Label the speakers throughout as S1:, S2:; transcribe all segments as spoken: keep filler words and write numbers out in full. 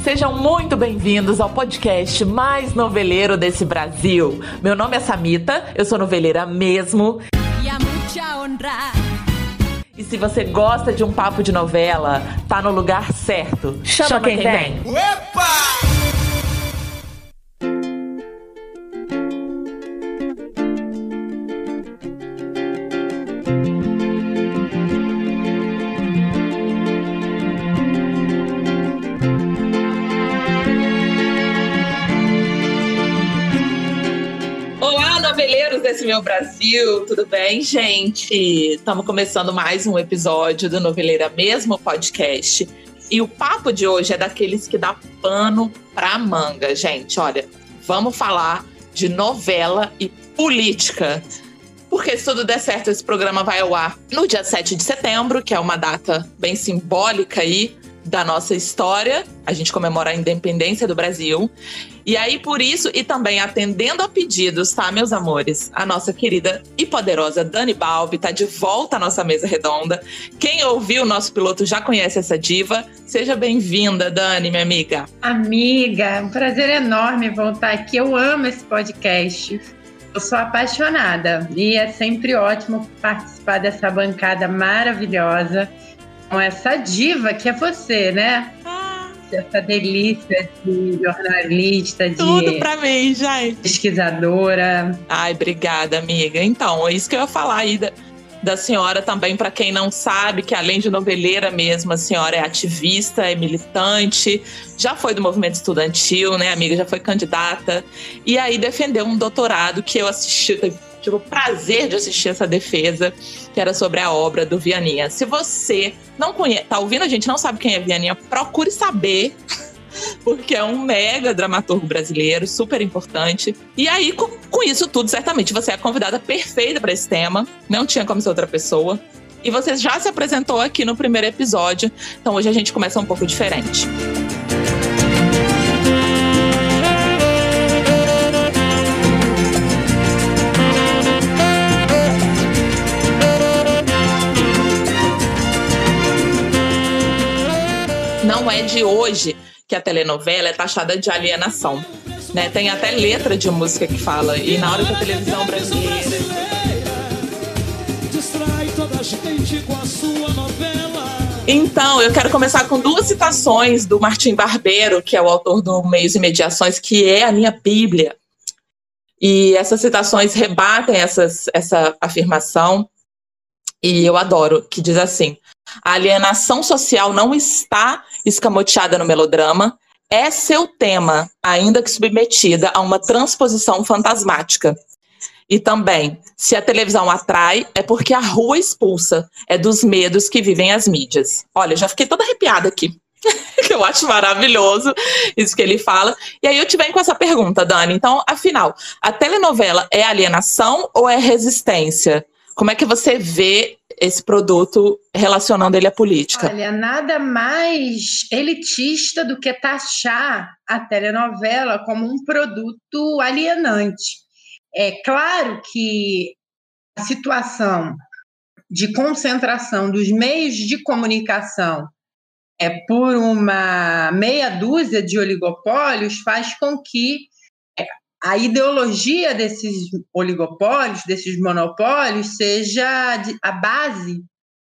S1: Sejam muito bem-vindos ao podcast mais noveleiro desse Brasil. Meu nome é Samita, eu sou noveleira mesmo.
S2: E a mucha honra.
S1: E se você gosta de um papo de novela, tá no lugar certo. Chama, Chama quem, quem vem. vem.
S3: Opa!
S1: Noveleiros desse meu Brasil, tudo bem, gente? Estamos começando mais um episódio do Noveleira Mesmo podcast. E o papo de hoje é daqueles que dá pano pra manga, gente. Olha, vamos falar de novela e política. Porque se tudo der certo, esse programa vai ao ar no dia sete de setembro, que é uma data bem simbólica aí da nossa história. A gente comemora a independência do Brasil. E aí, por isso, e também atendendo a pedidos, tá, meus amores? A nossa querida e poderosa Dani Balbi tá de volta à nossa mesa redonda. Quem ouviu o nosso piloto já conhece essa diva. Seja bem-vinda, Dani, minha amiga.
S4: Amiga, um prazer enorme voltar aqui. Eu amo esse podcast. Eu sou apaixonada. E é sempre ótimo participar dessa bancada maravilhosa com essa diva que é você, né? Essa delícia de jornalista, de
S1: tudo pra mim, gente.
S4: Pesquisadora.
S1: Ai, obrigada, amiga. Então, é isso que eu ia falar aí da, da senhora também, pra quem não sabe, que além de noveleira mesmo, a senhora é ativista, é militante, já foi do movimento estudantil, né, amiga? Já foi candidata. E aí defendeu um doutorado que eu assisti, tive o prazer de assistir essa defesa, que era sobre a obra do Vianinha. Se você não conhece, tá ouvindo a gente, não sabe quem é Vianinha, procure saber, porque é um mega dramaturgo brasileiro, super importante. E aí, com, com isso tudo, certamente você é a convidada perfeita para esse tema, não tinha como ser outra pessoa. E você já se apresentou aqui no primeiro episódio, então hoje a gente começa um pouco diferente. Não é de hoje que a telenovela é taxada de alienação, né? Tem até letra de música que fala. E na hora que a televisão brasileira... Então, eu quero começar com duas citações do Martim Barbeiro, que é o autor do Meios e Mediações, que é a minha bíblia. E essas citações rebatem essas, essa afirmação. E eu adoro, que diz assim: a alienação social não está escamoteada no melodrama, é seu tema, ainda que submetida a uma transposição fantasmática. E também, se a televisão atrai, é porque a rua expulsa, é dos medos que vivem as mídias. Olha, já fiquei toda arrepiada aqui, que eu acho maravilhoso isso que ele fala. E aí eu te venho com essa pergunta, Dani. Então, afinal, a telenovela é alienação ou é resistência? Como é que você vê esse produto relacionando ele à política?
S4: Olha, nada mais elitista do que taxar a telenovela como um produto alienante. É claro que a situação de concentração dos meios de comunicação é por uma meia dúzia de oligopólios faz com que a ideologia desses oligopólios, desses monopólios, seja a base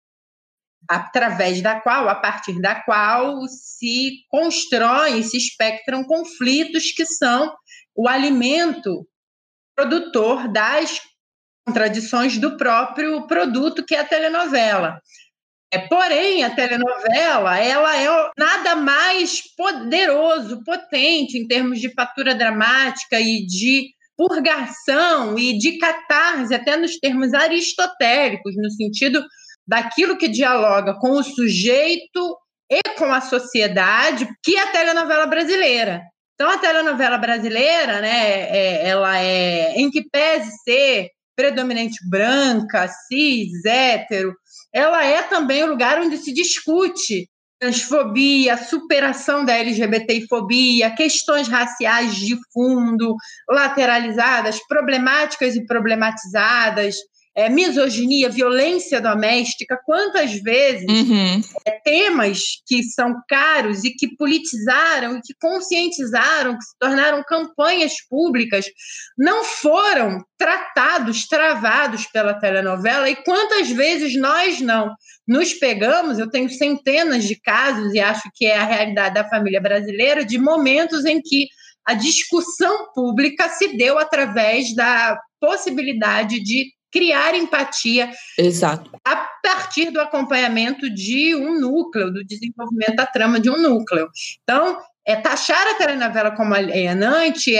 S4: através da qual, a partir da qual se constroem, se espectram conflitos que são o alimento produtor das contradições do próprio produto que é a telenovela. É, porém, a telenovela ela é nada mais poderoso, potente em termos de fatura dramática e de purgação e de catarse, até nos termos aristotélicos, no sentido daquilo que dialoga com o sujeito e com a sociedade, que é a telenovela brasileira. Então, a telenovela brasileira, né, é, ela é, em que pese ser predominante branca, cis, hétero, ela é também o lugar onde se discute transfobia, superação da LGBTfobia, questões raciais de fundo, lateralizadas, problemáticas e problematizadas. é, misoginia, violência doméstica, quantas vezes
S1: uhum.
S4: é, temas que são caros e que politizaram e que conscientizaram, que se tornaram campanhas públicas, não foram tratados, travados pela telenovela, e quantas vezes nós não nos pegamos, eu tenho centenas de casos, e acho que é a realidade da família brasileira, de momentos em que a discussão pública se deu através da possibilidade de criar empatia.
S1: Exato.
S4: A partir do acompanhamento de um núcleo, do desenvolvimento da trama de um núcleo. Então, é, taxar a telenovela como alienante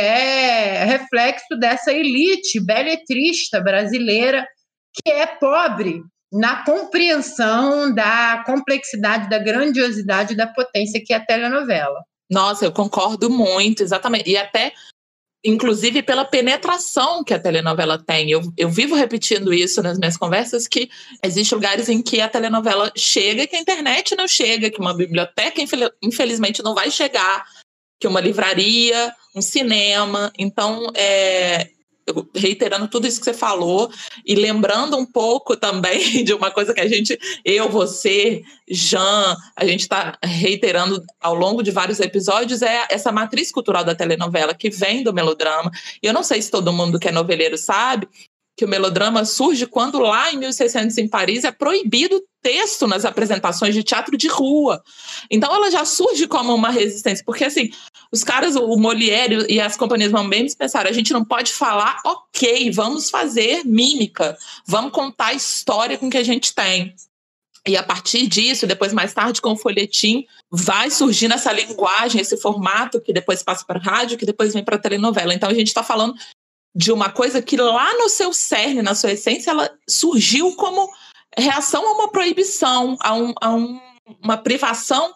S4: é reflexo dessa elite beletrista brasileira que é pobre na compreensão da complexidade, da grandiosidade, da potência que é a telenovela.
S1: Nossa, eu concordo muito, exatamente. E até, inclusive, pela penetração que a telenovela tem. Eu, eu vivo repetindo isso nas minhas conversas, que existem lugares em que a telenovela chega que a internet não chega, que uma biblioteca, infelizmente, não vai chegar, que uma livraria, um cinema. Então, é... reiterando tudo isso que você falou e lembrando um pouco também de uma coisa que a gente, eu, você, Jean, a gente está reiterando ao longo de vários episódios, é essa matriz cultural da telenovela que vem do melodrama. E eu não sei se todo mundo que é noveleiro sabe que o melodrama surge quando lá em mil e seiscentos em Paris é proibido texto nas apresentações de teatro de rua. Então ela já surge como uma resistência, porque assim, os caras, o Molière e as companhias Mambemes pensaram, a gente não pode falar, ok, vamos fazer mímica, vamos contar a história com que a gente tem. E a partir disso, depois mais tarde com o folhetim, vai surgindo essa linguagem, esse formato que depois passa para a rádio, que depois vem para a telenovela. Então a gente está falando de uma coisa que lá no seu cerne, na sua essência, ela surgiu como reação a uma proibição, a, um, a um, uma privação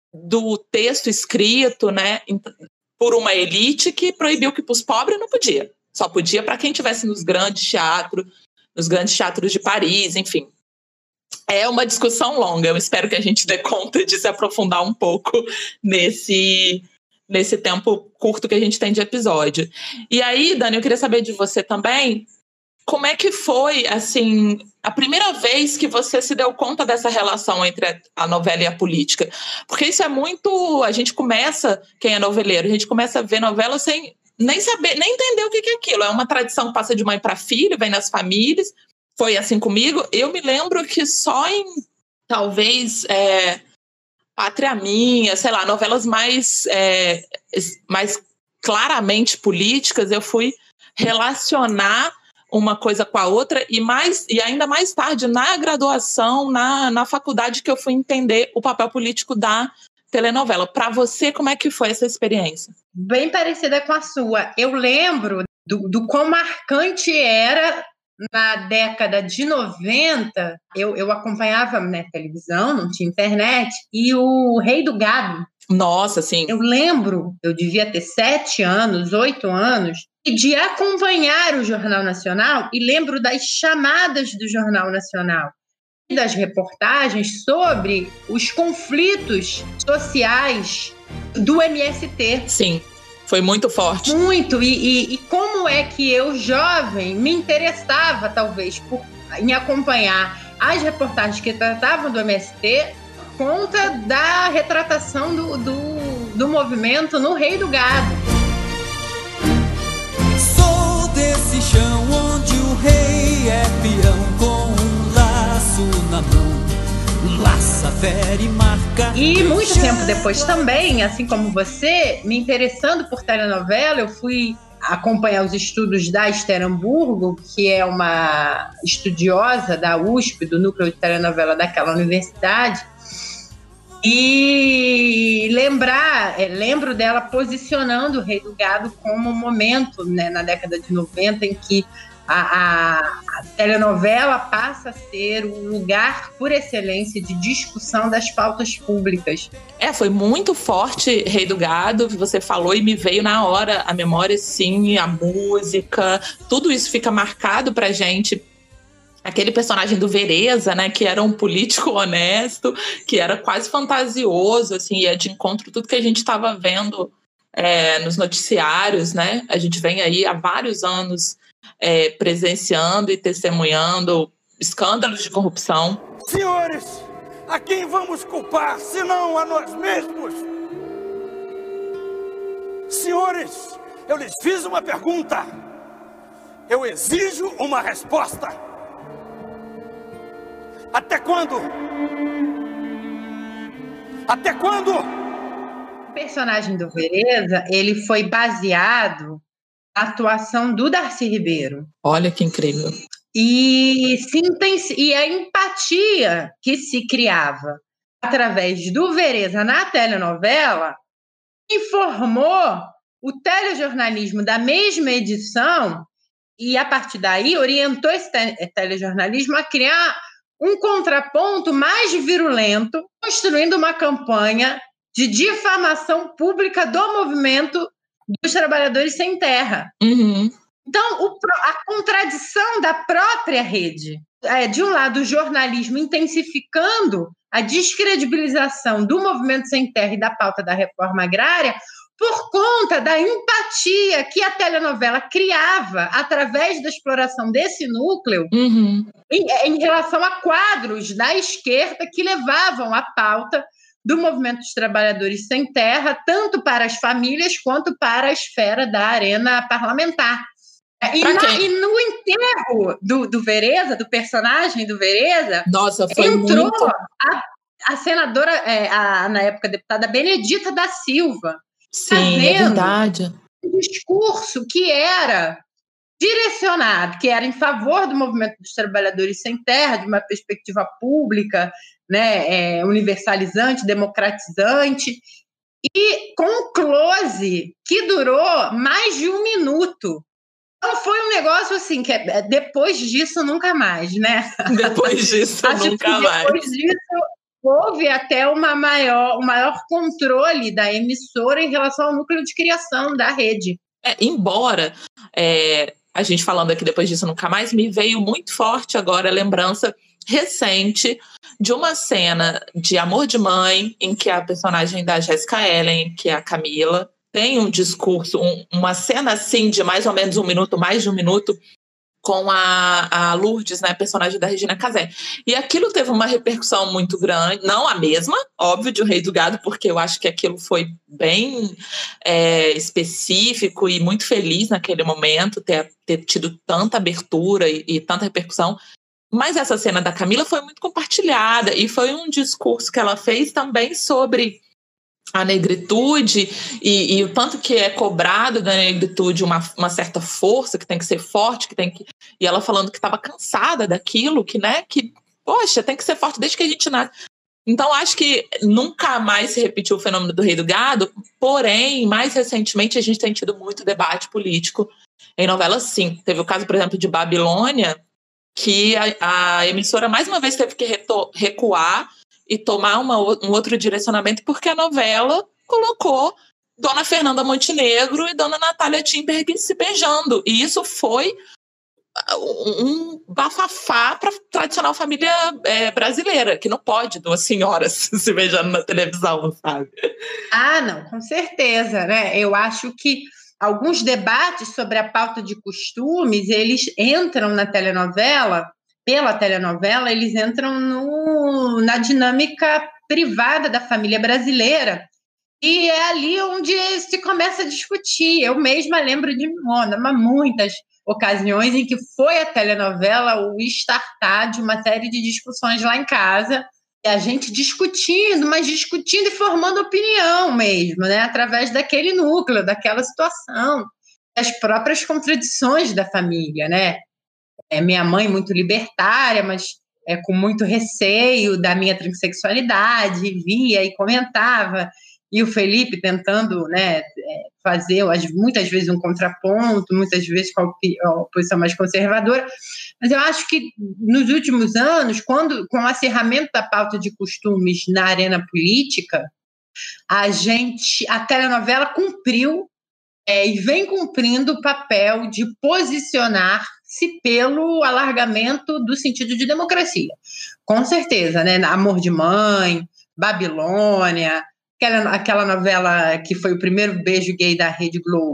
S1: do texto escrito, né, por uma elite que proibiu que para os pobres não podia. Só podia para quem estivesse nos grandes teatros, nos grandes teatros de Paris, enfim. É uma discussão longa. Eu espero que a gente dê conta de se aprofundar um pouco nesse... nesse tempo curto que a gente tem de episódio. E aí, Dani, eu queria saber de você também, como é que foi, assim, a primeira vez que você se deu conta dessa relação entre a novela e a política? Porque isso é muito... A gente começa, quem é noveleiro, a gente começa a ver novela sem nem saber, nem entender o que é aquilo. É uma tradição que passa de mãe para filho, vem nas famílias. Foi assim comigo. Eu me lembro que só em, talvez... É, Pátria Minha, sei lá, novelas mais, é, mais claramente políticas, eu fui relacionar uma coisa com a outra e, mais, e ainda mais tarde, na graduação, na, na faculdade, que eu fui entender o papel político da telenovela. Para você, como é que foi essa experiência?
S4: Bem parecida com a sua. Eu lembro do, do quão marcante era... Na década de noventa, eu, eu acompanhava na televisão, não tinha internet, e o Rei do Gado.
S1: Nossa, sim.
S4: Eu lembro, eu devia ter sete anos, oito anos, de acompanhar o Jornal Nacional, e lembro das chamadas do Jornal Nacional, e das reportagens sobre os conflitos sociais do M S T.
S1: Sim. Foi muito forte.
S4: Muito. E, e, e como é que eu, jovem, me interessava, talvez, por, em acompanhar as reportagens que tratavam do M S T por conta da retratação do, do, do movimento no Rei do Gado.
S3: Sou desse chão onde o rei é peão com um laço na mão. Laça, fere, marca.
S4: E muito tempo depois também, assim como você, me interessando por telenovela, eu fui acompanhar os estudos da Esther Hamburgo, que é uma estudiosa da U S P, do núcleo de telenovela daquela universidade, e lembrar, é, lembro dela posicionando o Rei do Gado como um momento, né, na década de noventa, em que A, a, a telenovela passa a ser o lugar por excelência de discussão das pautas públicas.
S1: É, foi muito forte Rei do Gado, você falou e me veio na hora a memória, sim, a música, tudo isso fica marcado pra gente. Aquele personagem do Vereza, né, que era um político honesto, que era quase fantasioso, assim, ia de encontro tudo que a gente estava vendo é, nos noticiários, né? A gente vem aí há vários anos é, presenciando e testemunhando escândalos de corrupção.
S5: Senhores, a quem vamos culpar, senão a nós mesmos? Senhores, eu lhes fiz uma pergunta. Eu exijo uma resposta. Até quando? Até quando?
S4: O personagem do Vereza, ele foi baseado na atuação do Darcy Ribeiro.
S1: Olha que incrível.
S4: E, se intensi- e a empatia que se criava através do Vereza na telenovela informou o telejornalismo da mesma edição e, a partir daí, orientou esse te- telejornalismo a criar um contraponto mais virulento, construindo uma campanha de difamação pública do movimento dos trabalhadores sem terra.
S1: Uhum.
S4: Então, o, a contradição da própria rede, é, de um lado, o jornalismo intensificando a descredibilização do movimento sem terra e da pauta da reforma agrária, por conta da empatia que a telenovela criava através da exploração desse núcleo
S1: Uhum.
S4: em, em relação a quadros da esquerda que levavam a pauta do movimento dos trabalhadores sem terra, tanto para as famílias quanto para a esfera da arena parlamentar. E, na, e no enterro do, do Vereza, do personagem do Vereza,
S1: Nossa, foi
S4: entrou
S1: muito...
S4: a, a senadora, é, a, na época, a deputada Benedita da Silva,
S1: Sim, é verdade.
S4: Um discurso que era direcionado, que era em favor do movimento dos trabalhadores sem terra, de uma perspectiva pública, né, é, universalizante, democratizante, e com um close que durou mais de um minuto. Então foi um negócio assim, que depois disso nunca mais, né?
S1: Depois disso
S4: Acho
S1: nunca
S4: que
S1: mais.
S4: Depois disso houve até uma maior, um maior controle da emissora em relação ao núcleo de criação da rede.
S1: É, embora é, a gente falando aqui depois disso nunca mais, me veio muito forte agora a lembrança recente de uma cena de Amor de Mãe, em que a personagem da Jessica Ellen, que é a Camila, tem um discurso, um, uma cena assim de mais ou menos um minuto, mais de um minuto, com a, a Lourdes, né, personagem da Regina Casé. E aquilo teve uma repercussão muito grande, não a mesma, óbvio, de O Rei do Gado, porque eu acho que aquilo foi bem é, específico e muito feliz naquele momento, ter, ter tido tanta abertura e, e tanta repercussão. Mas essa cena da Camila foi muito compartilhada e foi um discurso que ela fez também sobre a negritude e, e o tanto que é cobrado da negritude uma, uma certa força, que tem que ser forte, que tem que... E ela falando que estava cansada daquilo, que, né, que, poxa, tem que ser forte desde que a gente nasce. Então, acho que nunca mais se repetiu o fenômeno do Rei do Gado, porém, mais recentemente, a gente tem tido muito debate político em novelas, sim. Teve o caso, por exemplo, de Babilônia, que a, a emissora, mais uma vez, teve que reto, recuar e tomar uma, um outro direcionamento, porque a novela colocou Dona Fernanda Montenegro e Dona Natália Timberg se beijando. E isso foi um bafafá para a tradicional família é, brasileira, que não pode duas senhoras se beijando na televisão, sabe?
S4: Ah, não, com certeza, né? Eu acho que alguns debates sobre a pauta de costumes, eles entram na telenovela, pela telenovela, eles entram no, na dinâmica privada da família brasileira. E é ali onde se começa a discutir. Eu mesma lembro de oh, muitas ocasiões em que foi a telenovela o startar de uma série de discussões lá em casa, e a gente discutindo, mas discutindo e formando opinião mesmo, né? Através daquele núcleo, daquela situação, das próprias contradições da família, né? É, minha mãe muito libertária, mas é, com muito receio da minha transexualidade, via e comentava, e o Felipe tentando, né, fazer muitas vezes um contraponto, muitas vezes com a posição mais conservadora, mas eu acho que nos últimos anos, quando, com o acerramento da pauta de costumes na arena política, a gente, a telenovela cumpriu é, e vem cumprindo o papel de posicionar-se pelo alargamento do sentido de democracia. Com certeza, né? Amor de Mãe, Babilônia, aquela, aquela novela que foi o primeiro beijo gay da Rede Globo,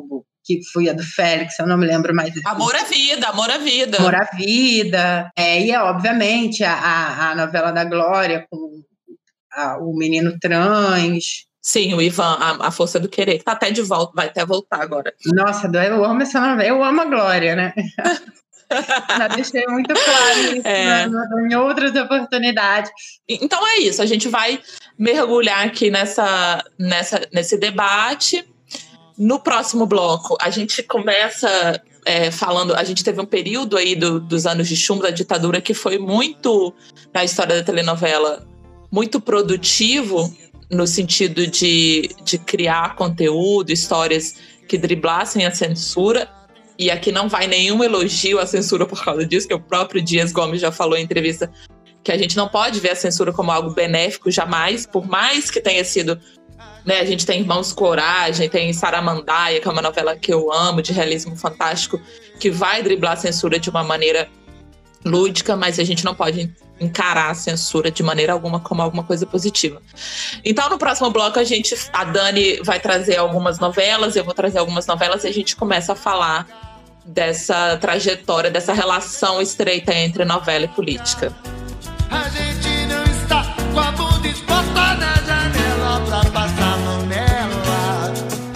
S4: que foi a do Félix, eu não me lembro mais.
S1: Amor à Vida, Amor à Vida.
S4: Amor à Vida. É, e, é, obviamente, a, a, a novela da Glória com a, o menino trans.
S1: Sim, o Ivan, a, a Força do Querer, que tá até de volta, vai até voltar agora.
S4: Nossa, eu amo essa novela, eu amo a Glória, né? Já deixei muito claro isso, é. né, em outras oportunidades.
S1: Então é isso, a gente vai mergulhar aqui nessa, nessa, nesse debate. No próximo bloco, a gente começa é, falando, a gente teve um período aí do, dos anos de chumbo da ditadura que foi muito, na história da telenovela, muito produtivo, no sentido de, de criar conteúdo, histórias que driblassem a censura. E aqui não vai nenhum elogio à censura por causa disso, que o próprio Dias Gomes já falou em entrevista que a gente não pode ver a censura como algo benéfico jamais, por mais que tenha sido... Né, a gente tem Irmãos Coragem, tem Saramandaia, que é uma novela que eu amo, de realismo fantástico, que vai driblar a censura de uma maneira lúdica, mas a gente não pode encarar a censura de maneira alguma como alguma coisa positiva. Então, no próximo bloco, a gente, a Dani vai trazer algumas novelas, eu vou trazer algumas novelas, e a gente começa a falar dessa trajetória, dessa relação estreita entre novela e política.
S6: A gente não está com a bunda exposta na janela pra passar a mão nela.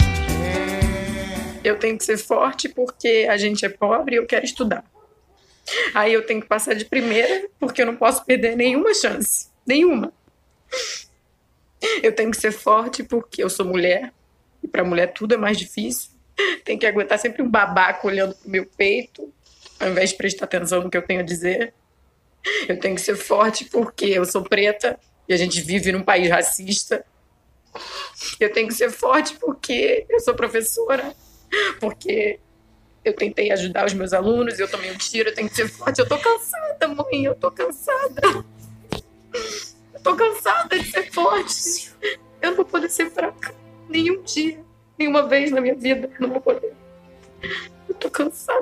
S6: É.
S7: Eu tenho que ser forte porque a gente é pobre e eu quero estudar. Aí eu tenho que passar de primeira porque eu não posso perder nenhuma chance. Nenhuma. Eu tenho que ser forte porque eu sou mulher. E pra mulher tudo é mais difícil. Tem que aguentar sempre um babaco olhando pro meu peito, ao invés de prestar atenção no que eu tenho a dizer. Eu tenho que ser forte porque eu sou preta e a gente vive num país racista. Eu tenho que ser forte porque eu sou professora, porque eu tentei ajudar os meus alunos e eu tomei um tiro. Eu tenho que ser forte. Eu tô cansada, mãe, eu tô cansada. Eu tô cansada de ser forte. Eu não vou poder ser fraca nenhum dia, nenhuma vez na minha vida. Não vou poder. Eu tô cansada.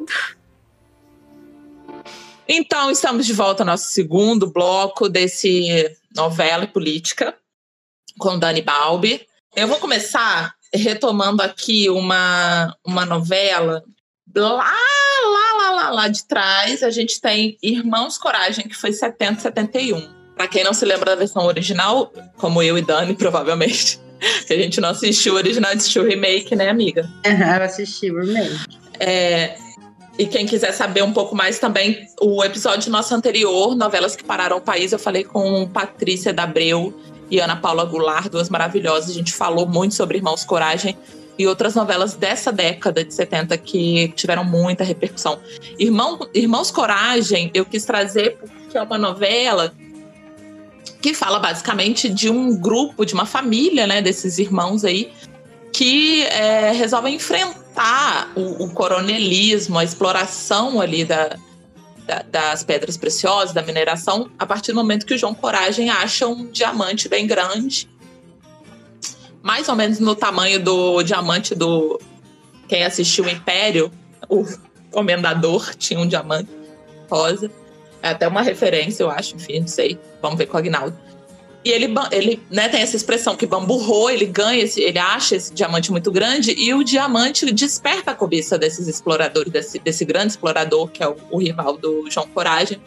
S1: Então, estamos de volta ao nosso segundo bloco desse novela e política com Dani Balbi. Eu vou começar retomando aqui uma, uma novela. Lá, lá, lá, lá, lá de trás, a gente tem Irmãos Coragem, que foi setenta, setenta e um. Pra quem não se lembra da versão original, como eu e Dani, provavelmente, que a gente não assistiu o original, assistiu o remake, né, amiga?
S4: Uhum, eu assisti o remake.
S1: É... E quem quiser saber um pouco mais também, o episódio nosso anterior, Novelas que Pararam o País, eu falei com Patrícia D'Abreu e Ana Paula Goulart, duas maravilhosas. A gente falou muito sobre Irmãos Coragem e outras novelas dessa década de setenta que tiveram muita repercussão. Irmão, Irmãos Coragem, eu quis trazer porque é uma novela que fala basicamente de um grupo, de uma família, né, desses irmãos aí, que é, resolvem enfrentar o, o coronelismo, a exploração ali da, da, das pedras preciosas, da mineração, a partir do momento que o João Coragem acha um diamante bem grande, mais ou menos no tamanho do diamante do... Quem assistiu o Império, o Comendador tinha um diamante rosa. É até uma referência, eu acho, enfim, não sei. Vamos ver com o Aguinaldo. E ele, ele né, tem essa expressão que bamburrou, ele ganha, esse, ele acha esse diamante muito grande e o diamante desperta a cobiça desses exploradores, desse, desse grande explorador, que é o, o rival do João Coragem.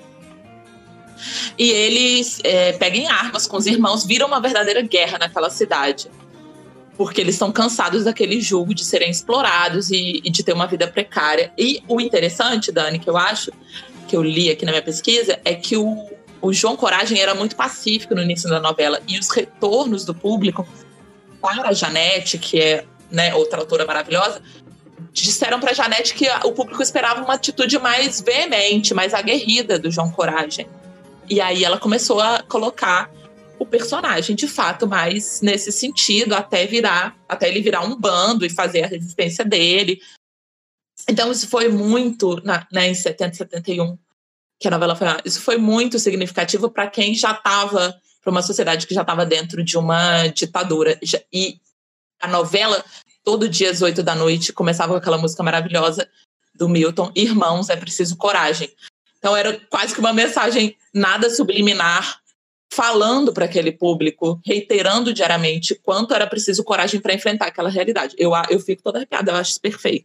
S1: E eles é, pegam armas com os irmãos, viram uma verdadeira guerra naquela cidade. Porque eles estão cansados daquele jugo de serem explorados e, e de ter uma vida precária. E o interessante, Dani, que eu acho, que eu li aqui na minha pesquisa, é que o O João Coragem era muito pacífico no início da novela e os retornos do público para a Janete, que é, né, outra autora maravilhosa, disseram para a Janete que o público esperava uma atitude mais veemente, mais aguerrida do João Coragem. E aí ela começou a colocar o personagem, de fato, mais nesse sentido, até virar, até ele virar um bando e fazer a resistência dele. Então isso foi muito, na, né, em setenta, setenta e um, que a novela foi, isso foi muito significativo para quem já estava, para uma sociedade que já estava dentro de uma ditadura. E a novela, todo dia às oito da noite, começava com aquela música maravilhosa do Milton, Irmãos, é preciso coragem. Então era quase que uma mensagem nada subliminar, falando para aquele público, reiterando diariamente quanto era preciso coragem para enfrentar aquela realidade. Eu, eu fico toda arrepiada, eu acho isso perfeito.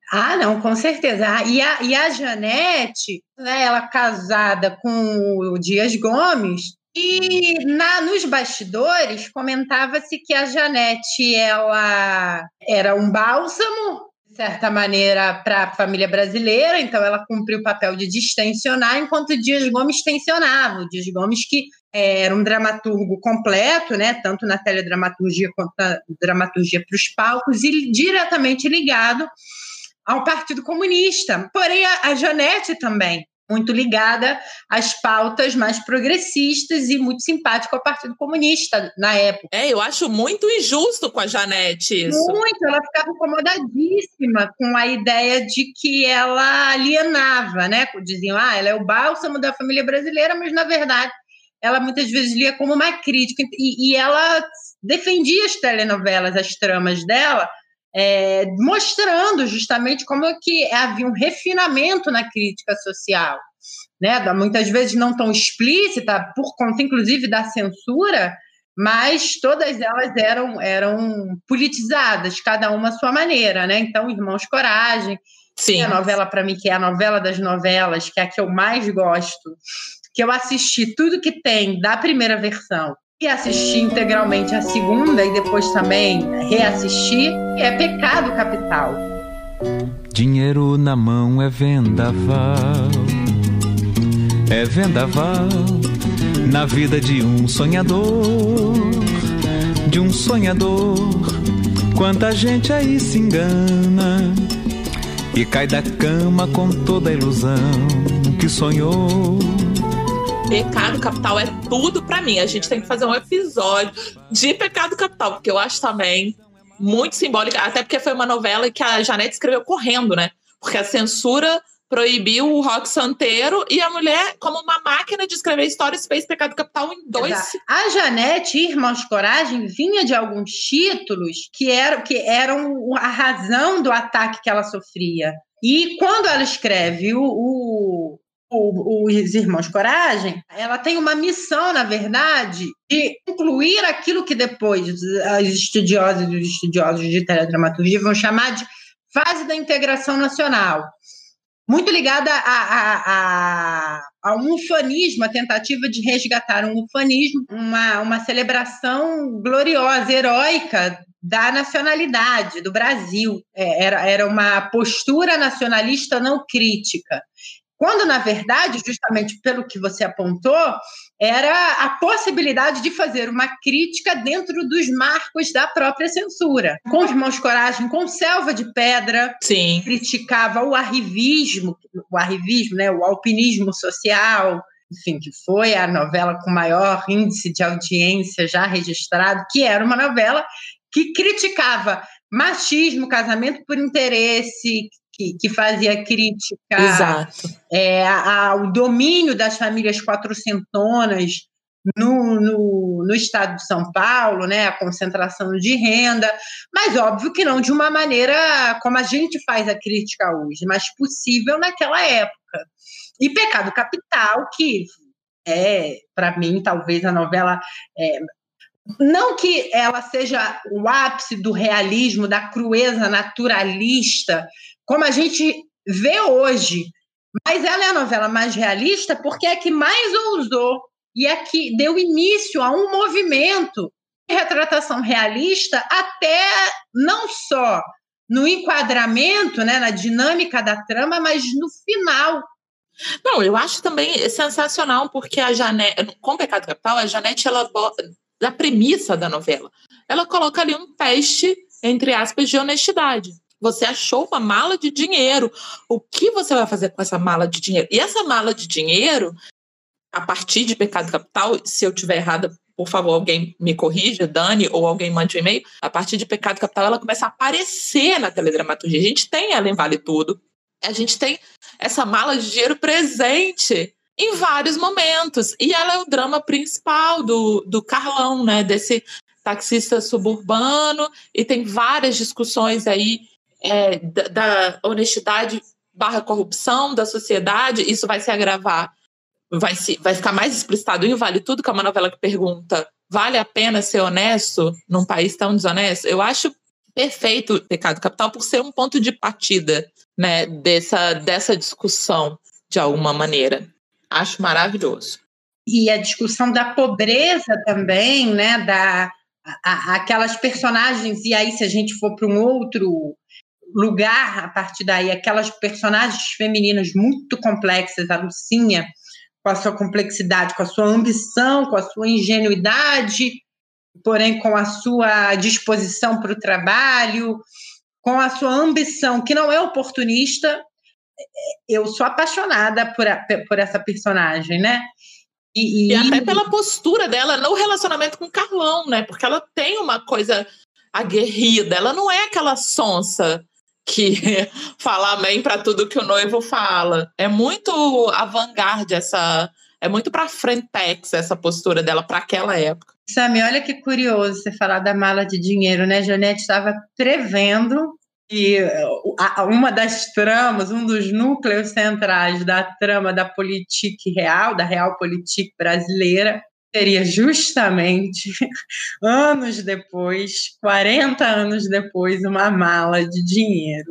S4: Ah, não, com certeza. Ah, e, a, e a Janete, né, ela casada com o Dias Gomes, e na, nos bastidores comentava-se que a Janete ela era um bálsamo, de certa maneira, para a família brasileira, então ela cumpriu o papel de distensionar, enquanto o Dias Gomes tensionava. O Dias Gomes, que era um dramaturgo completo, né, tanto na teledramaturgia quanto na dramaturgia para os palcos, e diretamente ligado ao Partido Comunista. Porém, a, a Janete também, muito ligada às pautas mais progressistas e muito simpática ao Partido Comunista na época.
S1: É, eu acho muito injusto com a Janete isso.
S4: Muito, ela ficava incomodadíssima com a ideia de que ela alienava, né? Diziam, ah, ela é o bálsamo da família brasileira, mas, na verdade, ela muitas vezes lia como uma crítica. E, e ela defendia as telenovelas, as tramas dela, É, mostrando justamente como é que havia um refinamento na crítica social, né? Muitas vezes não tão explícita, por conta, inclusive, da censura, mas todas elas eram, eram politizadas, cada uma à sua maneira, né? Então, Irmãos Coragem,
S1: Sim.
S4: a novela, para mim, que é a novela das novelas, que é a que eu mais gosto, que eu assisti tudo que tem da primeira versão, e assisti integralmente a segunda e depois também reassisti, é Pecado Capital.
S3: Dinheiro na mão é vendaval, é vendaval na vida de um sonhador, de um sonhador. Quanta gente aí se engana e cai da cama com toda a ilusão que sonhou.
S1: Pecado Capital é tudo pra mim. A gente tem que fazer um episódio de Pecado Capital, porque eu acho também muito simbólica, até porque foi uma novela que a Janete escreveu correndo, né? Porque a censura proibiu o rock santeiro e a mulher, como uma máquina de escrever histórias, fez Pecado Capital em dois.
S4: Exato. A Janete, Irmãos Coragem, vinha de alguns títulos que eram, que eram a razão do ataque que ela sofria. E quando ela escreve o... o os Irmãos Coragem, ela tem uma missão, na verdade, de incluir aquilo que depois os estudiosos e os estudiosos de teledramaturgia vão chamar de fase da integração nacional. Muito ligada a, a, a, a um ufanismo, a tentativa de resgatar um ufanismo, uma, uma celebração gloriosa, heróica da nacionalidade do Brasil. É, era, era uma postura nacionalista não crítica. Quando, na verdade, justamente pelo que você apontou, era a possibilidade de fazer uma crítica dentro dos marcos da própria censura. Com os Irmãos Coragem, com Selva de Pedra,
S1: Sim.
S4: criticava o arrivismo, o arrivismo, né, o alpinismo social, enfim, que foi a novela com maior índice de audiência já registrado, que era uma novela que criticava machismo, casamento por interesse, Que, que fazia crítica é, ao domínio das famílias quatrocentonas no, no, no estado de São Paulo, né, a concentração de renda, mas óbvio que não de uma maneira como a gente faz a crítica hoje, mas possível naquela época. E Pecado Capital, que é, para mim, talvez a novela... É, não que ela seja o ápice do realismo, da crueza naturalista, como a gente vê hoje, mas ela é a novela mais realista porque é a que mais ousou e é a que deu início a um movimento de retratação realista, até não só no enquadramento, né, na dinâmica da trama, mas no final.
S1: Não, eu acho também sensacional, porque a Janete, com Pecado Capital, a Janete, ela da premissa da novela, ela coloca ali um teste, entre aspas, de honestidade. Você achou uma mala de dinheiro. O que você vai fazer com essa mala de dinheiro? E essa mala de dinheiro, a partir de Pecado Capital, se eu estiver errada, por favor, alguém me corrija, Dani, ou alguém mande um e-mail. A partir de Pecado Capital, ela começa a aparecer na teledramaturgia. A gente tem ela em Vale Tudo. A gente tem essa mala de dinheiro presente em vários momentos. E ela é o drama principal do, do Carlão, né? Desse taxista suburbano. E tem várias discussões aí é, da, da honestidade barra corrupção da sociedade. Isso vai se agravar. Vai, se, vai ficar mais explicitado em Vale Tudo, que é uma novela que pergunta: vale a pena ser honesto num país tão desonesto? Eu acho perfeito Pecado Capital por ser um ponto de partida né, dessa, dessa discussão, de alguma maneira. Acho maravilhoso.
S4: E a discussão da pobreza também, né, da, a, a, aquelas personagens, e aí se a gente for para um outro lugar, a partir daí, aquelas personagens femininas muito complexas, a Lucinha, com a sua complexidade, com a sua ambição, com a sua ingenuidade, porém com a sua disposição para o trabalho, com a sua ambição, que não é oportunista. Eu sou apaixonada por, a, por essa personagem, né?
S1: E, e... e até pela postura dela no relacionamento com o Carlão, né? Porque ela tem uma coisa aguerrida, ela não é aquela sonsa que fala amém para tudo que o noivo fala. É muito avant-garde, essa, é muito para frentex essa postura dela para aquela época.
S4: Sami, olha que curioso você falar da mala de dinheiro, né? Janete estava prevendo que uma das tramas, um dos núcleos centrais da trama da politique real, da realpolitik brasileira, seria justamente, anos depois, quarenta anos depois, uma mala de dinheiro.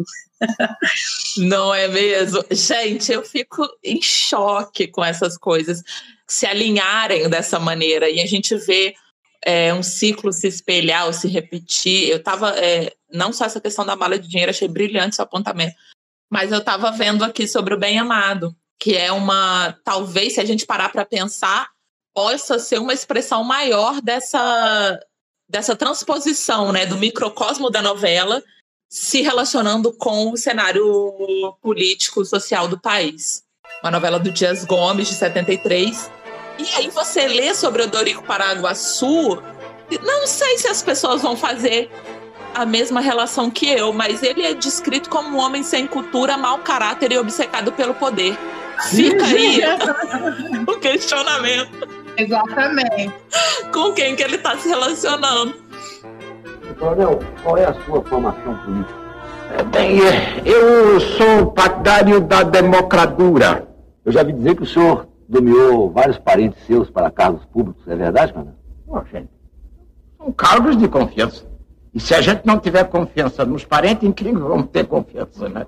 S1: Não é mesmo? Gente, eu fico em choque com essas coisas se alinharem dessa maneira e a gente vê é, um ciclo se espelhar ou se repetir. Eu estava, é, não só essa questão da mala de dinheiro, achei brilhante esse apontamento, mas eu estava vendo aqui sobre o Bem Amado, que é uma, talvez, se a gente parar para pensar, possa ser uma expressão maior dessa, dessa transposição, né, do microcosmo da novela se relacionando com o cenário político social do país. Uma novela do Dias Gomes, de setenta e três. E aí você lê sobre Odorico Paraguaçu, não sei se as pessoas vão fazer a mesma relação que eu, mas ele é descrito como um homem sem cultura, mau caráter e obcecado pelo poder. Fica aí o questionamento.
S4: Exatamente.
S1: Com quem que ele está se relacionando.
S8: Coronel, qual é a sua formação política? É, bem, eu sou partidário da democratura. Eu já vi dizer que o senhor nomeou vários parentes seus para cargos públicos, é verdade, Coronel?
S9: Bom, gente, são cargos de confiança. E se a gente não tiver confiança nos parentes, em quem vamos ter confiança, né?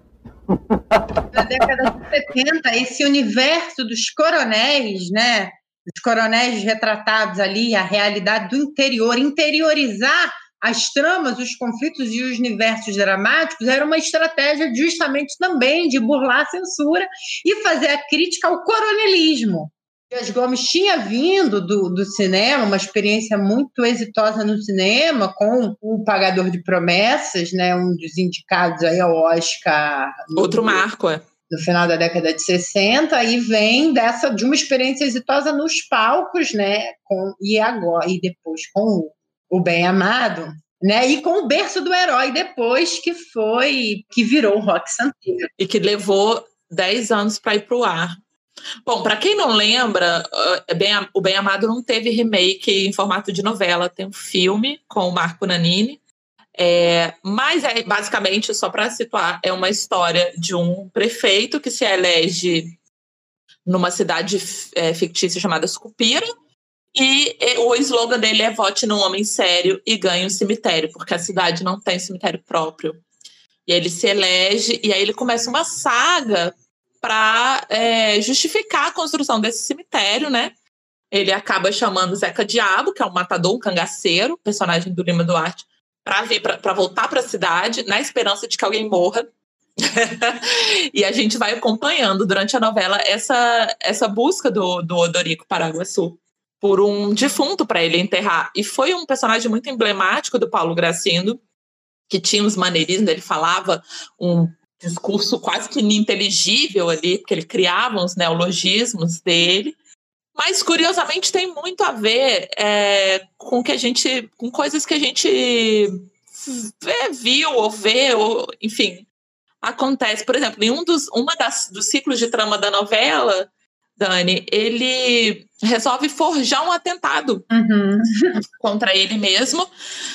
S4: Na década de setenta, esse universo dos coronéis, né? Os coronéis retratados ali, a realidade do interior, interiorizar as tramas, os conflitos e os universos dramáticos era uma estratégia justamente também de burlar a censura e fazer a crítica ao coronelismo. Dias Gomes tinha vindo do, do cinema, uma experiência muito exitosa no cinema, com O Pagador de Promessas, né, um dos indicados aí ao Oscar.
S1: Outro marco, é.
S4: No final da década de sessenta, e vem dessa, de uma experiência exitosa nos palcos, né, com, e, agora, e depois com o, o Bem Amado, né, e com o Berço do Herói depois, que foi, que virou o Rock Santeiro.
S1: E que levou dez anos para ir para o ar. Bom, para quem não lembra, o Bem Amado não teve remake em formato de novela, tem um filme com o Marco Nanini. É, mas é basicamente, só para situar, é uma história de um prefeito que se elege numa cidade é, fictícia chamada Sucupira, e o slogan dele é vote num homem sério e ganhe um cemitério, porque a cidade não tem cemitério próprio. E ele se elege, e aí ele começa uma saga para é, justificar a construção desse cemitério, né? Ele acaba chamando Zeca Diabo, que é um matador, um cangaceiro, personagem do Lima Duarte, para vir para voltar para a cidade, na esperança de que alguém morra. E a gente vai acompanhando durante a novela essa, essa busca do, do Odorico Paraguaçu por um defunto para ele enterrar. E foi um personagem muito emblemático do Paulo Gracindo, que tinha os maneirismos, ele falava um discurso quase que ininteligível ali, porque ele criava uns neologismos dele. Mas, curiosamente, tem muito a ver é, com que a gente, com coisas que a gente vê, viu ou vê, ou, enfim, acontece. Por exemplo, em um dos, uma das, dos ciclos de trama da novela, Dani, ele resolve forjar um atentado
S4: uhum.
S1: contra ele mesmo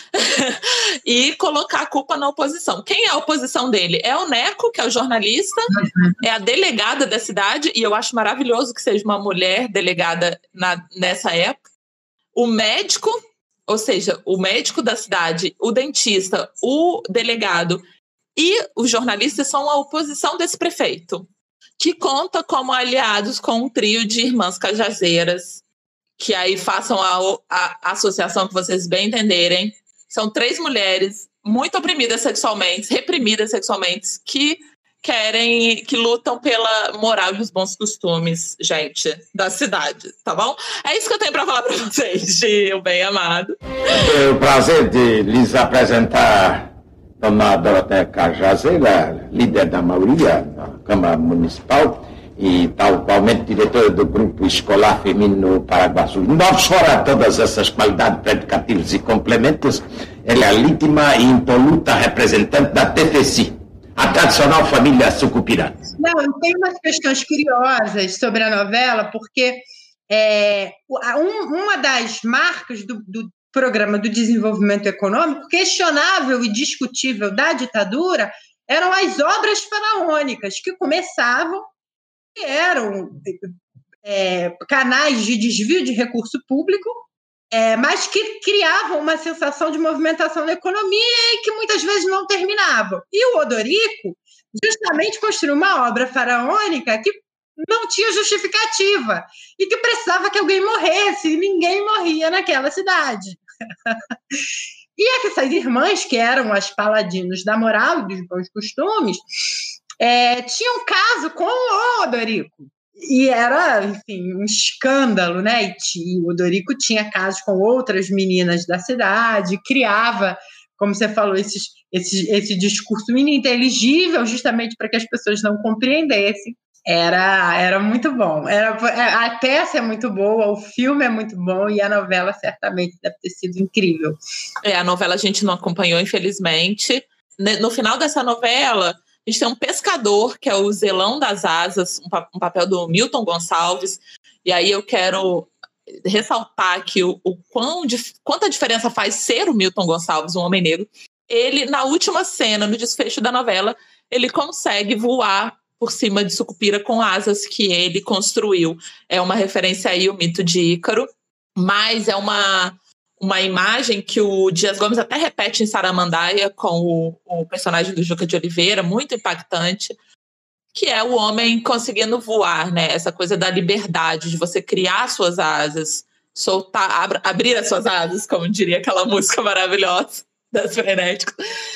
S1: e colocar a culpa na oposição. Quem é a oposição dele? É o Neco, que é o jornalista, uhum. é a delegada da cidade, e eu acho maravilhoso que seja uma mulher delegada na, nessa época. O médico, ou seja, o médico da cidade, o dentista, o delegado E os jornalistas são a oposição desse prefeito, que conta como aliados com um trio de irmãs cajazeiras, que aí façam a, a, a associação que vocês bem entenderem. São três mulheres muito oprimidas sexualmente, reprimidas sexualmente, que querem, que lutam pela moral e os bons costumes, gente, da cidade, tá bom? É isso que eu tenho para falar para vocês, Gil, bem amado.
S9: Tenho o prazer de lhes apresentar Dona Doroteia Cajazeira, líder da maioria da Câmara Municipal e tal qualmente diretora do Grupo Escolar Feminino Paraguaçu. Nós, fora todas essas qualidades predicativas e complementos, ela é a legítima e impoluta representante da T F C I, a tradicional família sucupira.
S4: Não, tem umas questões curiosas sobre a novela, porque é, um, uma das marcas do, do Programa do Desenvolvimento Econômico, questionável e discutível da ditadura, eram as obras faraônicas, que começavam, que eram é, canais de desvio de recurso público, é, mas que criavam uma sensação de movimentação na economia e que muitas vezes não terminavam. E o Odorico justamente construiu uma obra faraônica que não tinha justificativa e que precisava que alguém morresse, e ninguém morria naquela cidade. E essas irmãs, que eram as paladinos da moral e dos bons costumes, é, tinham um caso com o Odorico. E era, enfim, um escândalo, né? E o Odorico tinha casos com outras meninas da cidade, criava, como você falou, esses, esses, esse discurso ininteligível, justamente para que as pessoas não compreendessem. Era, era muito bom. Era, a peça é muito boa, o filme é muito bom e a novela certamente deve ter sido incrível.
S1: É, a novela a gente não acompanhou, infelizmente. No final dessa novela, a gente tem um pescador, que é o Zelão das Asas, um, pa- um papel do Milton Gonçalves. E aí eu quero ressaltar aqui o, o quão, quanta diferença faz ser o Milton Gonçalves, um homem negro. Ele, na última cena, no desfecho da novela, ele consegue voar por cima de Sucupira com asas que ele construiu. É uma referência aí ao mito de Ícaro, mas é uma, uma imagem que o Dias Gomes até repete em Saramandaia com o, o personagem do Juca de Oliveira, muito impactante, que é o homem conseguindo voar, né? Essa coisa da liberdade, de você criar suas asas, soltar, ab- abrir as suas asas, como diria aquela música maravilhosa das Frenéticas,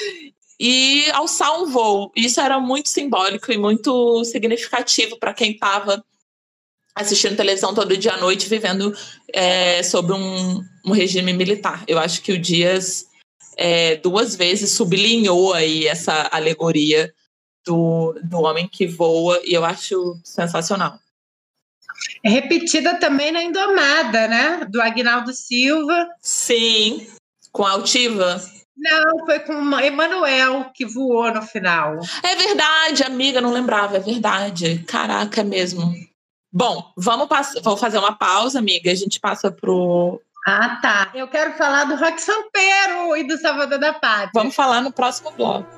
S1: e alçar um voo. Isso era muito simbólico e muito significativo para quem estava assistindo televisão todo dia à noite, vivendo é, sob um, um regime militar. Eu acho que o Dias é, duas vezes sublinhou aí essa alegoria do, do homem que voa, e eu acho sensacional.
S4: É repetida também na Indomada, né? Do Aguinaldo Silva.
S1: Sim, com a altiva.
S4: Não, foi com o Emanuel que voou no final.
S1: É verdade, amiga, não lembrava, é verdade. Caraca, é mesmo. Bom, vamos pass- vou fazer uma pausa, amiga, a gente passa pro...
S4: Ah, tá. Eu quero falar do Rock Santeiro e do Salvador da Pátria.
S1: Vamos falar no próximo bloco.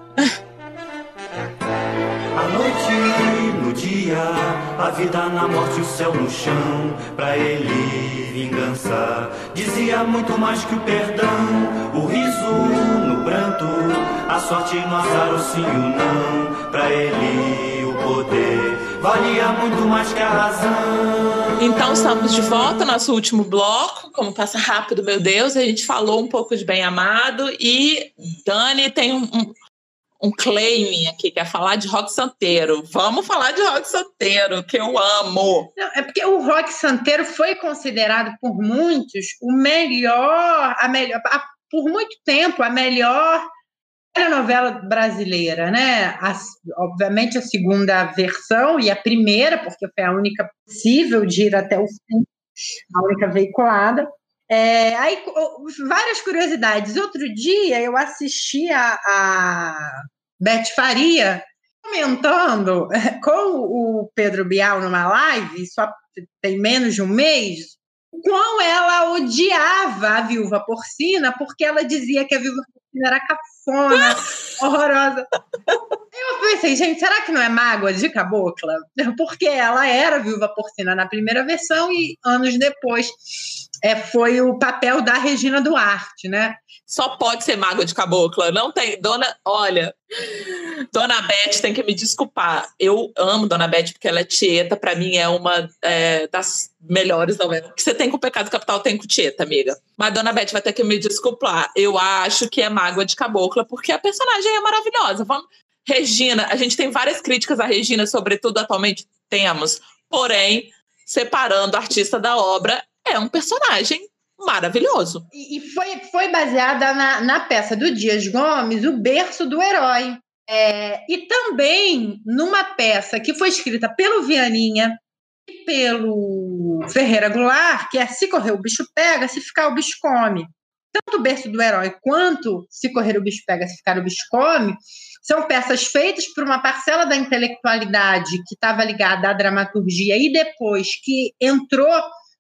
S3: A noite no dia, a vida na morte, o céu no chão. Pra ele, vingança dizia muito mais que o perdão. O riso no pranto, a sorte no azar, o sim e o não. Pra ele, o poder valia muito mais que a razão.
S1: Então, estamos de volta, nosso último bloco. Como passa rápido, meu Deus. A gente falou um pouco de Bem Amado e Dani tem um... um um claim aqui, que é falar de Rock Santeiro. Vamos falar de Rock Santeiro, que eu amo.
S4: Não, é porque o Rock Santeiro foi considerado por muitos o melhor, a melhor, a, por muito tempo, a melhor novela brasileira, né? A, obviamente a segunda versão e a primeira, porque foi a única possível de ir até o fim, a única veiculada. É, aí, várias curiosidades. Outro dia eu assisti a, a Beth Faria comentando com o Pedro Bial numa live, só tem menos de um mês, quão ela odiava a Viúva Porcina, porque ela dizia que a Viúva Porcina era cafona, horrorosa. Eu pensei, gente, será que não é mágoa de cabocla? Porque ela era Viúva Porcina na primeira versão e anos depois é, foi o papel da Regina Duarte, né?
S1: Só pode ser mágoa de cabocla, não tem, dona, olha, Dona Beth tem que me desculpar. Eu amo Dona Beth porque ela é Tieta. Pra mim é uma é, das melhores novelas. O que você tem com o Pecado Capital tem com Tieta, amiga. Mas Dona Beth vai ter que me desculpar. Eu acho que é Mágoa de Cabocla porque a personagem é maravilhosa. Vamos... Regina, a gente tem várias críticas à Regina, sobretudo atualmente temos. Porém, separando a artista da obra, é um personagem maravilhoso.
S4: E, e foi, foi baseada na, na peça do Dias Gomes, O Berço do Herói. É, e também numa peça que foi escrita pelo Vianinha e pelo Ferreira Goulart, que é Se Correr o Bicho Pega, Se Ficar o Bicho Come. Tanto O Berço do Herói quanto Se Correr o Bicho Pega, Se Ficar o Bicho Come são peças feitas por uma parcela da intelectualidade que estava ligada à dramaturgia e depois que entrou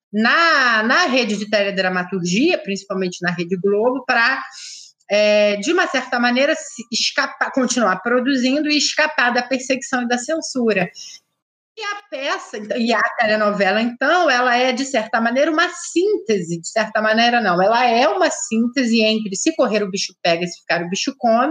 S4: Na, na rede de teledramaturgia, principalmente na Rede Globo, para, é, de uma certa maneira, se escapar, continuar produzindo e escapar da perseguição e da censura. E a peça, e a telenovela, então, ela é, de certa maneira, uma síntese, de certa maneira não, ela é uma síntese entre Se Correr o Bicho Pega, Se Ficar o Bicho Come,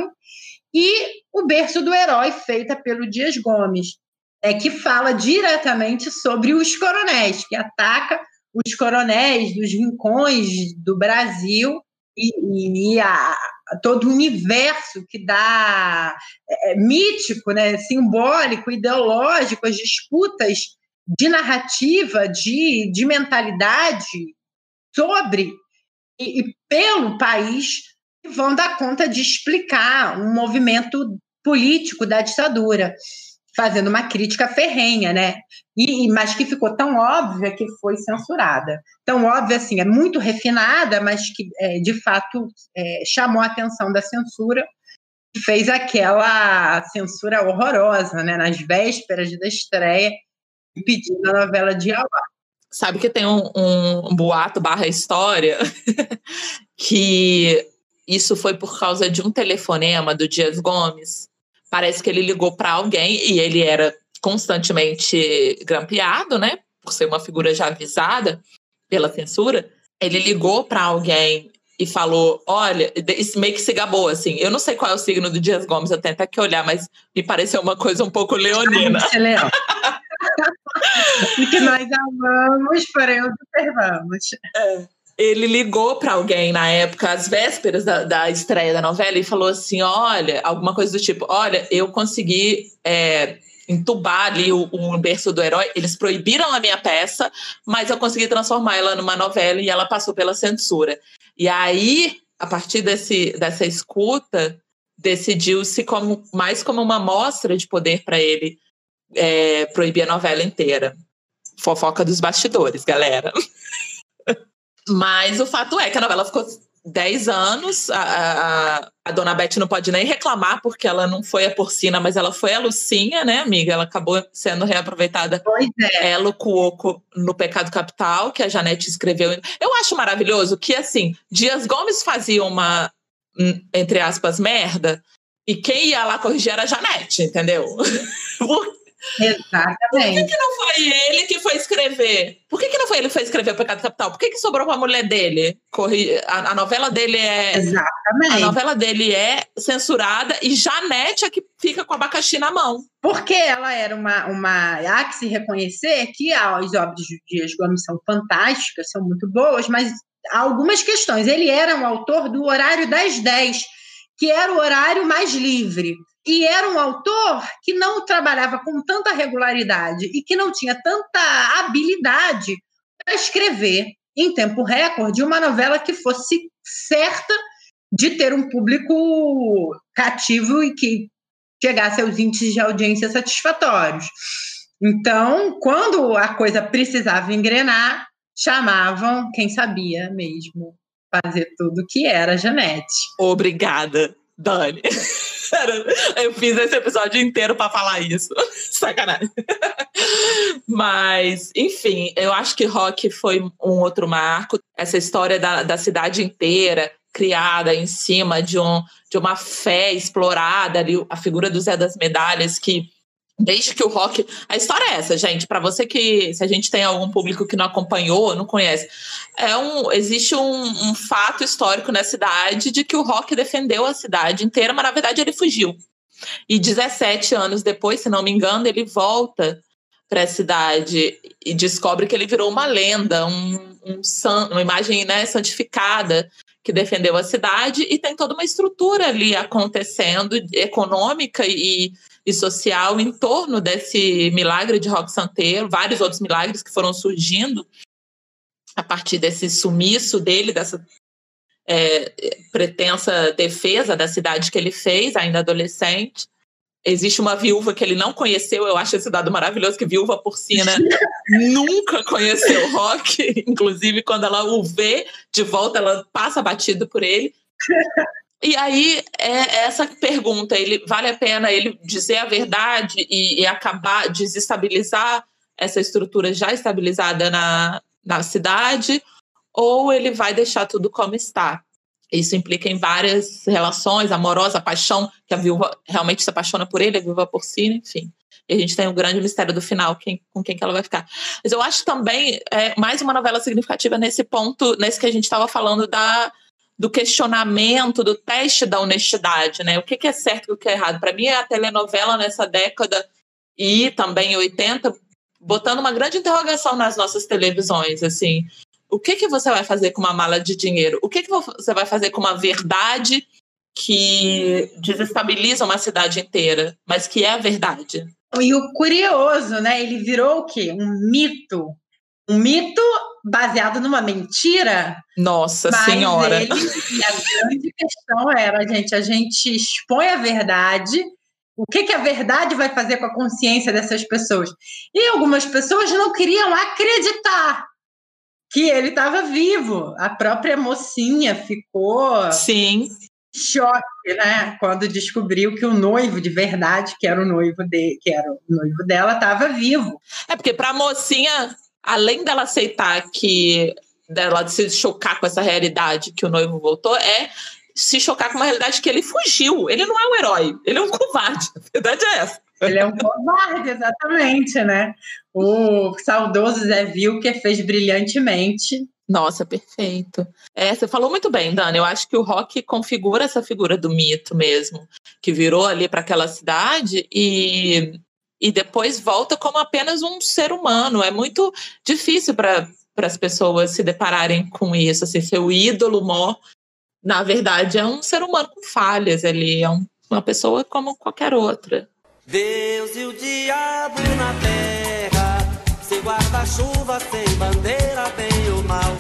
S4: e O Berço do Herói, feita pelo Dias Gomes, é, que fala diretamente sobre os coronéis, que ataca os coronéis dos rincões do Brasil e, e a, a todo o universo que dá é, mítico, né, simbólico, ideológico, as disputas de narrativa, de, de mentalidade sobre e, e pelo país que vão dar conta de explicar um movimento político da ditadura, fazendo uma crítica ferrenha, né? E, mas que ficou tão óbvia que foi censurada. Tão óbvia, assim, é muito refinada, mas que, é, de fato, é, chamou a atenção da censura e fez aquela censura horrorosa, né? Nas vésperas da estreia, pedindo a novela de Auá.
S1: Sabe que tem um, um boato barra história que isso foi por causa de um telefonema do Dias Gomes. Parece que ele ligou para alguém e ele era constantemente grampeado, né? Por ser uma figura já avisada pela censura. Ele ligou para alguém e falou, olha, isso meio que se gabou, assim. Eu não sei qual é o signo do Dias Gomes, eu tenho até que olhar, mas me pareceu uma coisa um pouco leonina.
S4: É leão. Que nós amamos, porém observamos.
S1: É. Ele ligou para alguém na época, às vésperas da, da estreia da novela, e falou assim, olha, alguma coisa do tipo, olha, eu consegui é, entubar ali o, o Berço do Herói, eles proibiram a minha peça, mas eu consegui transformar ela numa novela e ela passou pela censura. E aí, a partir desse, dessa escuta, decidiu-se como, mais como uma mostra de poder para ele é, proibir a novela inteira. Fofoca dos bastidores, galera. Mas o fato é que a novela ficou dez anos, a, a, a Dona Beth não pode nem reclamar, porque ela não foi a Porcina, mas ela foi a Lucinha, né, amiga? Ela acabou sendo reaproveitada.
S4: Pois é.
S1: Ela, o Cuoco, no Pecado Capital, que a Janete escreveu. Eu acho maravilhoso que, assim, Dias Gomes fazia uma, entre aspas, merda, e quem ia lá corrigir era a Janete, entendeu? Por
S4: Exatamente.
S1: Por que, que não foi ele que foi escrever? Por que, que não foi ele que foi escrever o Pecado Capital? Por que, que sobrou para a mulher dele? Corri... A, a novela dele é.
S4: Exatamente.
S1: A novela dele é censurada e Janete é que fica com o abacaxi na mão.
S4: Porque ela era uma. uma... Há que se reconhecer que as obras de Dias Gomes são fantásticas, são muito boas, mas há algumas questões. Ele era um autor do horário das dez, que era o horário mais livre. E era um autor que não trabalhava com tanta regularidade e que não tinha tanta habilidade para escrever em tempo recorde uma novela que fosse certa de ter um público cativo e que chegasse aos índices de audiência satisfatórios. Então, quando a coisa precisava engrenar, chamavam quem sabia mesmo fazer tudo, que era a Janete.
S1: Obrigada, Dani. Eu fiz esse episódio inteiro para falar isso. Sacanagem. Mas, enfim, eu acho que Rock foi um outro marco. Essa história da, da cidade inteira criada em cima de, um, de uma fé explorada ali, a figura do Zé das Medalhas, que desde que o rock... A história é essa, gente, para você que... Se a gente tem algum público que não acompanhou, não conhece, é um, existe um, um fato histórico na cidade de que o rock defendeu a cidade inteira, mas na verdade ele fugiu. E dezessete anos depois, se não me engano, ele volta para a cidade e descobre que ele virou uma lenda, um, um san, uma imagem, né, santificada, que defendeu a cidade, e tem toda uma estrutura ali acontecendo, econômica e, e social, em torno desse milagre de Roque Santeiro, vários outros milagres que foram surgindo a partir desse sumiço dele, dessa é, pretensa defesa da cidade que ele fez, ainda adolescente. Existe uma viúva que ele não conheceu, eu acho esse dado maravilhoso, que viúva porcina nunca conheceu o Roque, inclusive quando ela o vê de volta, ela passa batido por ele. E aí, é essa pergunta, ele, vale a pena ele dizer a verdade e, e acabar, desestabilizar essa estrutura já estabilizada na, na cidade, ou ele vai deixar tudo como está? Isso implica em várias relações, amorosa, paixão, que a viúva realmente se apaixona por ele, a viúva porcina, enfim. E a gente tem o grande mistério do final, quem, com quem que ela vai ficar. Mas eu acho também é, mais uma novela significativa nesse ponto, nesse que a gente estava falando da, do questionamento, do teste da honestidade, né? O que, que é certo e o que é errado. Para mim, a telenovela nessa década e também em oitenta, botando uma grande interrogação nas nossas televisões, assim. O que, que você vai fazer com uma mala de dinheiro? O que, que você vai fazer com uma verdade que desestabiliza uma cidade inteira, mas que é a verdade?
S4: E o curioso, né? Ele virou o quê? Um mito. Um mito baseado numa mentira.
S1: Nossa
S4: mas
S1: Senhora!
S4: Ele, e a grande questão era, gente, a gente expõe a verdade. O que, que a verdade vai fazer com a consciência dessas pessoas? E algumas pessoas não queriam acreditar que ele estava vivo. A própria mocinha ficou
S1: Sim.
S4: em choque, né? Quando descobriu que o noivo de verdade, que era o noivo, de, que era o noivo dela, estava vivo.
S1: É porque para a mocinha, além dela aceitar que dela se chocar com essa realidade que o noivo voltou, é se chocar com uma realidade que ele fugiu. Ele não é um herói, ele é um covarde. A verdade é essa.
S4: Ele é um covarde, exatamente, né? O saudoso Zé Vilker fez brilhantemente.
S1: Nossa, perfeito. É, você falou muito bem, Dani. Eu acho que o Roque configura essa figura do mito mesmo, que virou ali para aquela cidade e, e depois volta como apenas um ser humano. É muito difícil para as pessoas se depararem com isso. Assim, seu ídolo mor, na verdade, é um ser humano com falhas ali, é um, uma pessoa como qualquer outra.
S10: Deus e o diabo na terra, sem guarda-chuva, sem bandeira, bem ou mal.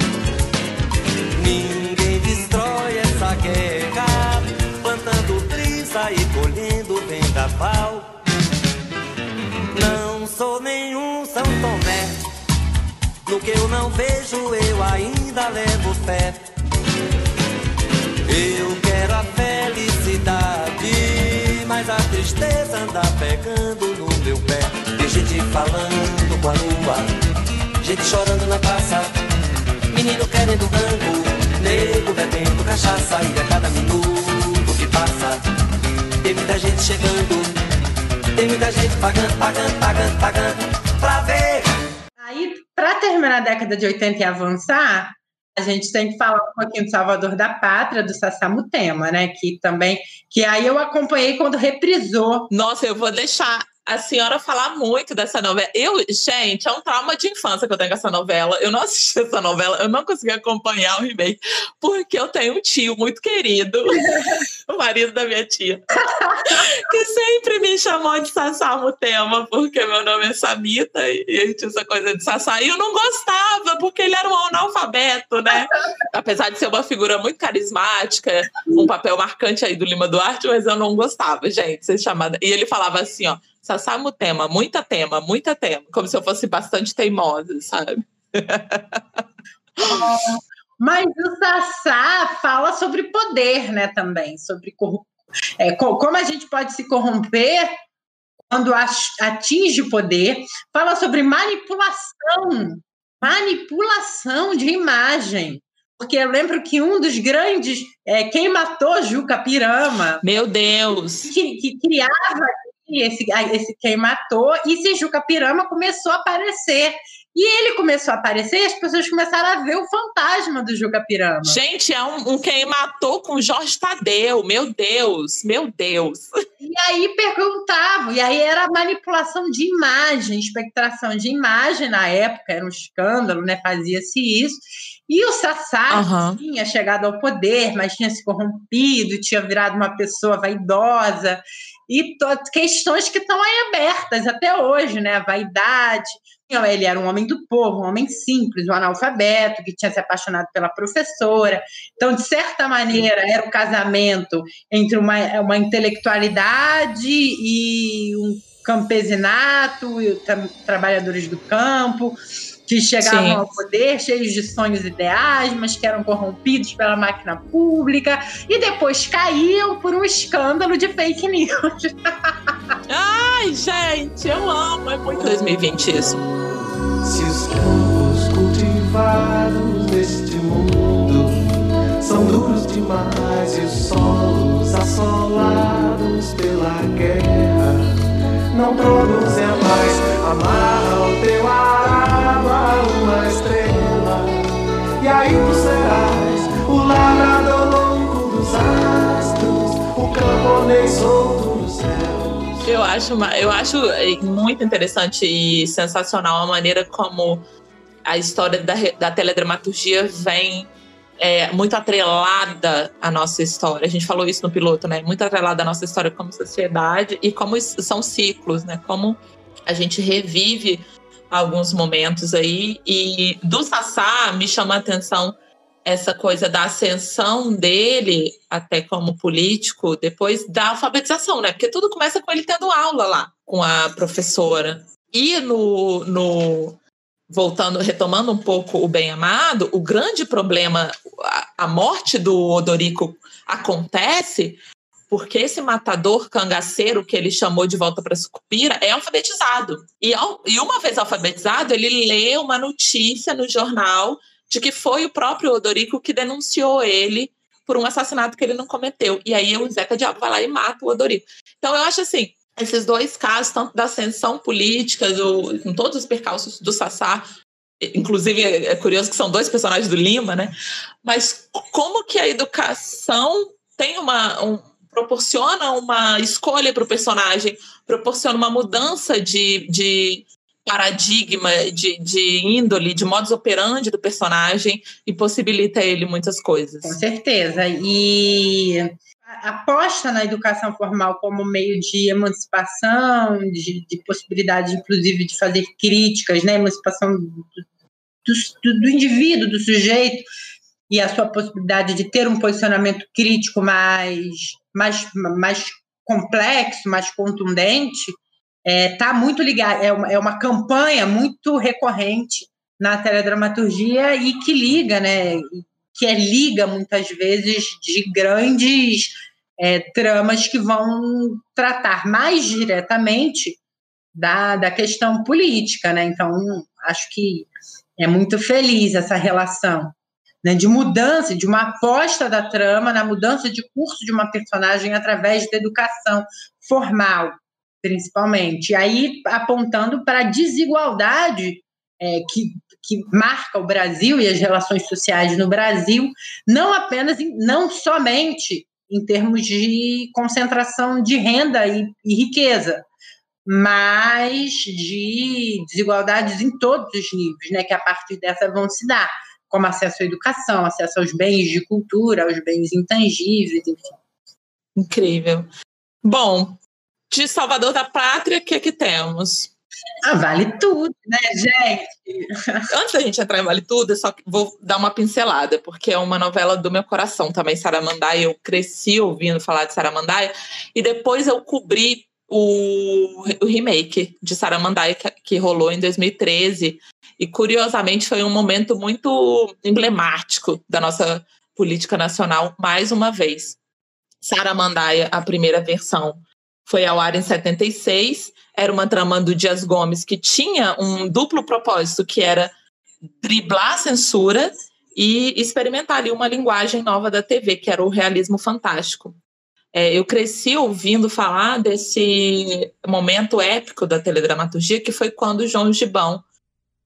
S10: Ninguém destrói essa guerra, plantando brisa e colhendo vendaval. Não sou nenhum São Tomé, no que eu não vejo eu ainda levo fé. Eu quero a felicidade, mas a tristeza anda pegando no meu pé. Tem gente falando com a lua, gente chorando na praça, menino querendo rango, nego bebendo cachaça. E a cada minuto que passa, tem muita gente chegando, tem muita gente pagando, pagando, pagando, pagando pra ver.
S4: Aí, pra terminar a década de oitenta e avançar, a gente tem que falar um pouquinho do Salvador da Pátria, do Sassamutema, né? Que também, que aí eu acompanhei quando reprisou.
S1: Nossa, eu vou deixar a senhora falar muito dessa novela. Eu, gente, é um trauma de infância que eu tenho com essa novela. Eu não assisti essa novela, eu não consegui acompanhar o remake, porque eu tenho um tio muito querido, o marido da minha tia, que sempre me chamou de Sassamutema, porque meu nome é Samita, e ele tinha essa coisa de Sassá, e eu não gostava, porque ele era um analfabeto, né? Apesar de ser uma figura muito carismática, um papel marcante aí do Lima Duarte, mas eu não gostava, gente, ser chamada. E ele falava assim, ó, Sassamutema, muita tema, muita tema, como se eu fosse bastante teimosa, sabe?
S4: Mas o Sassá fala sobre poder, né, também, sobre corru- é, como a gente pode se corromper quando atinge o poder, fala sobre manipulação, manipulação de imagem, porque eu lembro que um dos grandes, é, quem matou Juca Pirama,
S1: meu Deus,
S4: que, que criava esse, esse quem matou, e esse Juca Pirama começou a aparecer E ele começou a aparecer e as pessoas começaram a ver o fantasma do Juca Pirama.
S1: Gente, é um, um Quem Matou com Jorge Tadeu. Meu Deus, meu Deus.
S4: E aí perguntavam, e aí era manipulação de imagem, espectração de imagem na época, era um escândalo, né? Fazia-se isso. E o Sassá uhum. tinha chegado ao poder, mas tinha se corrompido, tinha virado uma pessoa vaidosa, e to- questões que estão aí abertas até hoje, né? A vaidade. Ele era um homem do povo, um homem simples, um analfabeto, que tinha se apaixonado pela professora. Então, de certa maneira, era um casamento entre uma, uma intelectualidade e um campesinato, e tra- trabalhadores do campo, que chegavam Sim. ao poder cheios de sonhos ideais, mas que eram corrompidos pela máquina pública, e depois caíam por um escândalo de fake news.
S1: Ai, gente, eu amo. É muito dois mil e vinte isso.
S11: Se os campos cultivados neste mundo são duros demais e os solos assolados pela guerra não produzem a paz, amarra o teu arado a uma estrela e aí tu serás o labrador louco dos astros, o camponês solto no céu.
S1: Eu acho, eu acho muito interessante e sensacional a maneira como a história da, da teledramaturgia vem é, muito atrelada à nossa história. A gente falou isso no piloto, né? Muito atrelada à nossa história como sociedade e como são ciclos, né? Como a gente revive alguns momentos aí. E do Sassá me chama a atenção essa coisa da ascensão dele até como político, depois da alfabetização, né? Porque tudo começa com ele tendo aula lá com a professora. E no, no voltando, retomando um pouco o Bem Amado, o grande problema, a, a morte do Odorico acontece porque esse matador cangaceiro que ele chamou de volta para Sucupira é alfabetizado. E, e uma vez alfabetizado, ele lê uma notícia no jornal de que foi o próprio Odorico que denunciou ele por um assassinato que ele não cometeu. E aí o Zeca Diabo vai lá e mata o Odorico. Então eu acho assim, esses dois casos, tanto da ascensão política, do, com todos os percalços do Sassá, inclusive é curioso que são dois personagens do Lima, né? Mas como que a educação tem uma... Um, proporciona uma escolha para o personagem, proporciona uma mudança de... de paradigma, de, de índole, de modus operandi do personagem e possibilita ele muitas coisas.
S4: Com certeza. E a aposta na educação formal como meio de emancipação, de, de possibilidade, inclusive, de fazer críticas, né? Emancipação do, do, do indivíduo, do sujeito, e a sua possibilidade de ter um posicionamento crítico mais, mais, mais complexo, mais contundente, está é, muito ligado, é uma, é uma campanha muito recorrente na teledramaturgia e que liga, né, que é liga muitas vezes de grandes é, tramas que vão tratar mais diretamente da, da questão política, né? Então, acho que é muito feliz essa relação, né, de mudança, de uma aposta da trama na mudança de curso de uma personagem através da educação formal, principalmente. E aí, apontando para a desigualdade é, que, que marca o Brasil e as relações sociais no Brasil, não apenas, em, não somente em termos de concentração de renda e, e riqueza, mas de desigualdades em todos os níveis, né, que a partir dessa vão se dar, como acesso à educação, acesso aos bens de cultura, aos bens intangíveis, enfim.
S1: Incrível. Bom, de Salvador da Pátria, o que é que temos?
S4: Ah, Vale Tudo, né, gente?
S1: Antes da gente entrar em Vale Tudo, eu só vou dar uma pincelada, porque é uma novela do meu coração também, Saramandaia. Eu cresci ouvindo falar de Saramandaia, e depois eu cobri o, o remake de Saramandaia, que, que rolou em dois mil e treze, e curiosamente foi um momento muito emblemático da nossa política nacional, mais uma vez. Saramandaia, a primeira versão, foi ao ar em setenta e seis, era uma trama do Dias Gomes que tinha um duplo propósito, que era driblar a censura e experimentar ali uma linguagem nova da T V, que era o realismo fantástico. É, eu cresci ouvindo falar desse momento épico da teledramaturgia, que foi quando o João Gibão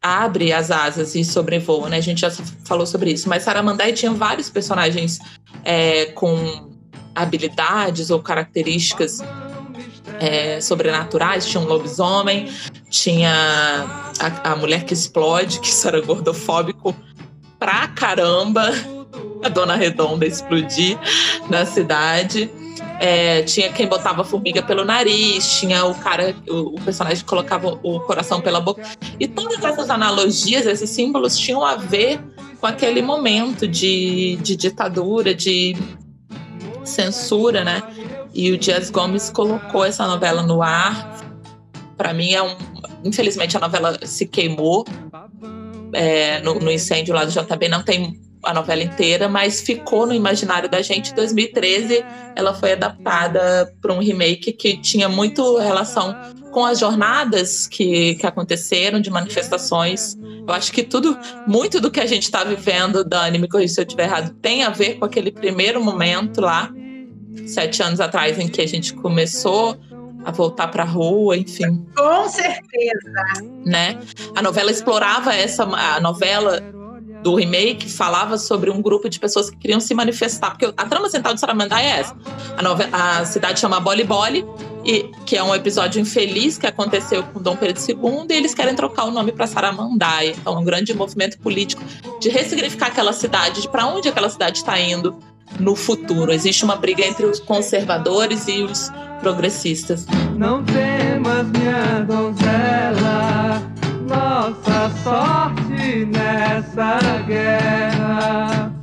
S1: abre as asas e sobrevoa, né? A gente já falou sobre isso. Mas Saramandai tinha vários personagens é, com habilidades ou características é, sobrenaturais. Tinha um lobisomem, tinha a, a mulher que explode, que isso era gordofóbico pra caramba. A Dona Redonda explodir na cidade. É, tinha quem botava formiga pelo nariz, tinha o cara, o, o personagem que colocava o coração pela boca. E todas essas analogias, esses símbolos tinham a ver com aquele momento de, de ditadura, de censura, né? E o Dias Gomes colocou essa novela no ar. Para mim, é um. Infelizmente, a novela se queimou é, no, no incêndio lá do J B. Não tem a novela inteira, mas ficou no imaginário da gente. Em dois mil e treze, ela foi adaptada para um remake que tinha muito relação com as jornadas que, que aconteceram, de manifestações. Eu acho que tudo, muito do que a gente está vivendo, Dani, me corrija se eu estiver errado, tem a ver com aquele primeiro momento lá, sete anos atrás, em que a gente começou a voltar para a rua, enfim.
S4: Com certeza.
S1: Né? A novela explorava essa... A novela do remake falava sobre um grupo de pessoas que queriam se manifestar, porque a trama central de Saramandai é essa. A, novela, a cidade chama Boli Boli, e, que é um episódio infeliz que aconteceu com Dom Pedro segundo, e eles querem trocar o nome para Saramandai. Então é um grande movimento político de ressignificar aquela cidade, de para onde aquela cidade está indo no futuro. Existe uma briga entre os conservadores e os progressistas.
S11: Não temas, minha donzela, nossa sorte nessa guerra.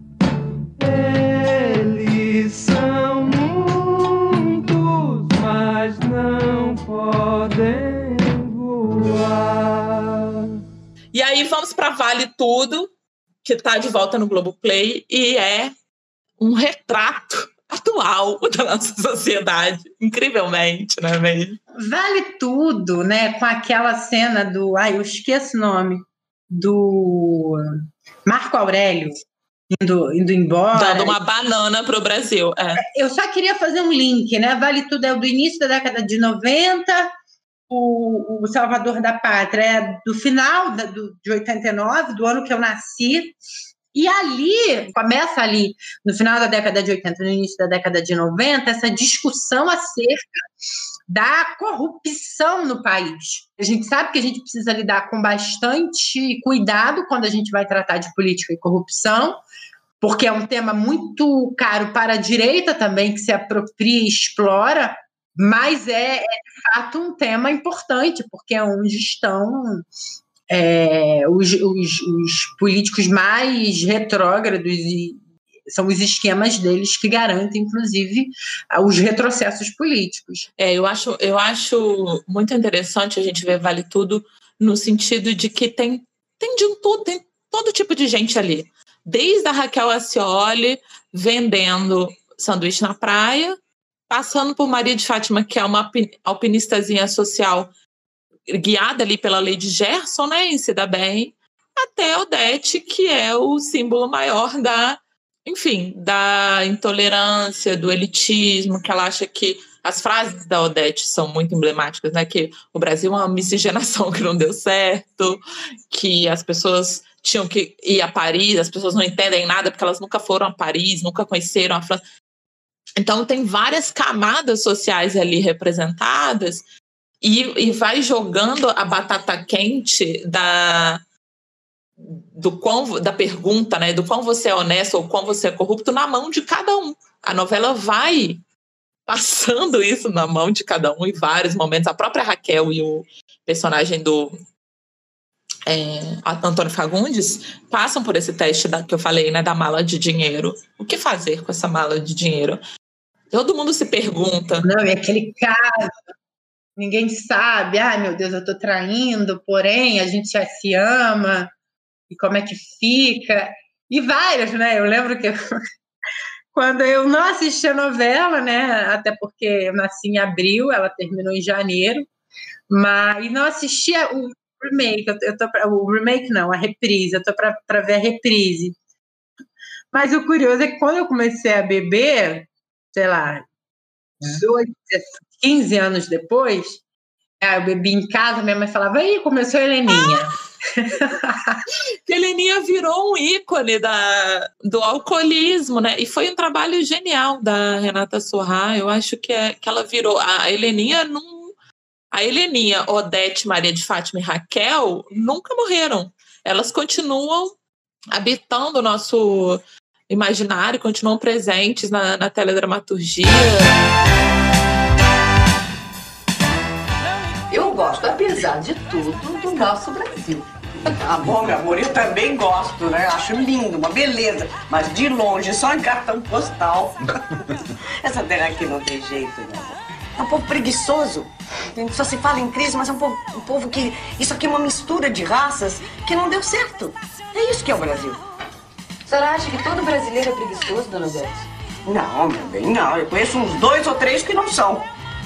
S11: Eles são muitos, mas não podem voar.
S1: E aí vamos para Vale Tudo, que está de volta no Globoplay e é um retrato atual da nossa sociedade, incrivelmente, não é mesmo?
S4: Vale Tudo, né? Com aquela cena do... Ai, eu esqueço o nome. Do Marco Aurélio indo, indo embora.
S1: Dando uma banana pro Brasil. É.
S4: Eu só queria fazer um link, né? Vale Tudo é do início da década de noventa, o, o Salvador da Pátria é do final da, do, de oitenta e nove, do ano que eu nasci. E ali, começa ali, no final da década de oitenta, no início da década de noventa, essa discussão acerca da corrupção no país. A gente sabe que a gente precisa lidar com bastante cuidado quando a gente vai tratar de política e corrupção, porque é um tema muito caro para a direita também, que se apropria e explora, mas é, é de fato um tema importante, porque é onde estão... É, os, os, os políticos mais retrógrados e são os esquemas deles que garantem, inclusive, os retrocessos políticos.
S1: É, eu acho, eu acho muito interessante a gente ver Vale Tudo no sentido de que tem, tem de um tudo, tem todo tipo de gente ali. Desde a Raquel Ascioli vendendo sanduíche na praia, passando por Maria de Fátima, que é uma alpinistazinha social guiada ali pela lei de Gerson, né, em Se Dá Bem, até Odete, que é o símbolo maior da, enfim, da intolerância, do elitismo, que ela acha que as frases da Odete são muito emblemáticas, né, que o Brasil é uma miscigenação que não deu certo, que as pessoas tinham que ir a Paris, as pessoas não entendem nada porque elas nunca foram a Paris, nunca conheceram a França. Então tem várias camadas sociais ali representadas. E, e vai jogando a batata quente da, do quão, da pergunta, né, do quão você é honesto ou quão você é corrupto na mão de cada um. A novela vai passando isso na mão de cada um em vários momentos. A própria Raquel e o personagem do é, Antônio Fagundes passam por esse teste da, que eu falei, né, da mala de dinheiro. O que fazer com essa mala de dinheiro? Todo mundo se pergunta.
S4: Não, é aquele caso... Ninguém sabe, ai meu Deus, eu estou traindo, porém a gente já se ama, e como é que fica? E várias, né? Eu lembro que eu, quando eu não assisti a novela, né? Até porque eu nasci em abril, ela terminou em janeiro, mas não assisti o remake, eu, eu tô pra, o remake não, a reprise, eu estou para ver a reprise. Mas o curioso é que quando eu comecei a beber, sei lá, dezoito, quinze anos depois, eu bebi em casa, minha mãe falava, aí, começou a Heleninha.
S1: Que Heleninha virou um ícone da, do alcoolismo, né? E foi um trabalho genial da Renata Sorrah. Eu acho que, é, que ela virou... A Heleninha, não, a Heleninha, Odete, Maria de Fátima e Raquel nunca morreram. Elas continuam habitando o nosso imaginário, continuam presentes na, na teledramaturgia.
S12: Eu gosto, apesar de tudo, do nosso Brasil.
S13: Ah, bom, meu amor, eu também gosto, né? Acho lindo, uma beleza. Mas de longe, só em cartão postal. Essa terra aqui não tem jeito, não. É um povo preguiçoso. Só se fala em crise, mas é um povo, um povo que... Isso aqui é uma mistura de raças que não deu certo. É isso que é o Brasil.
S12: A senhora acha que todo brasileiro é preguiçoso, dona Odete?
S13: Não, meu bem, não. Eu conheço uns dois ou três que não são.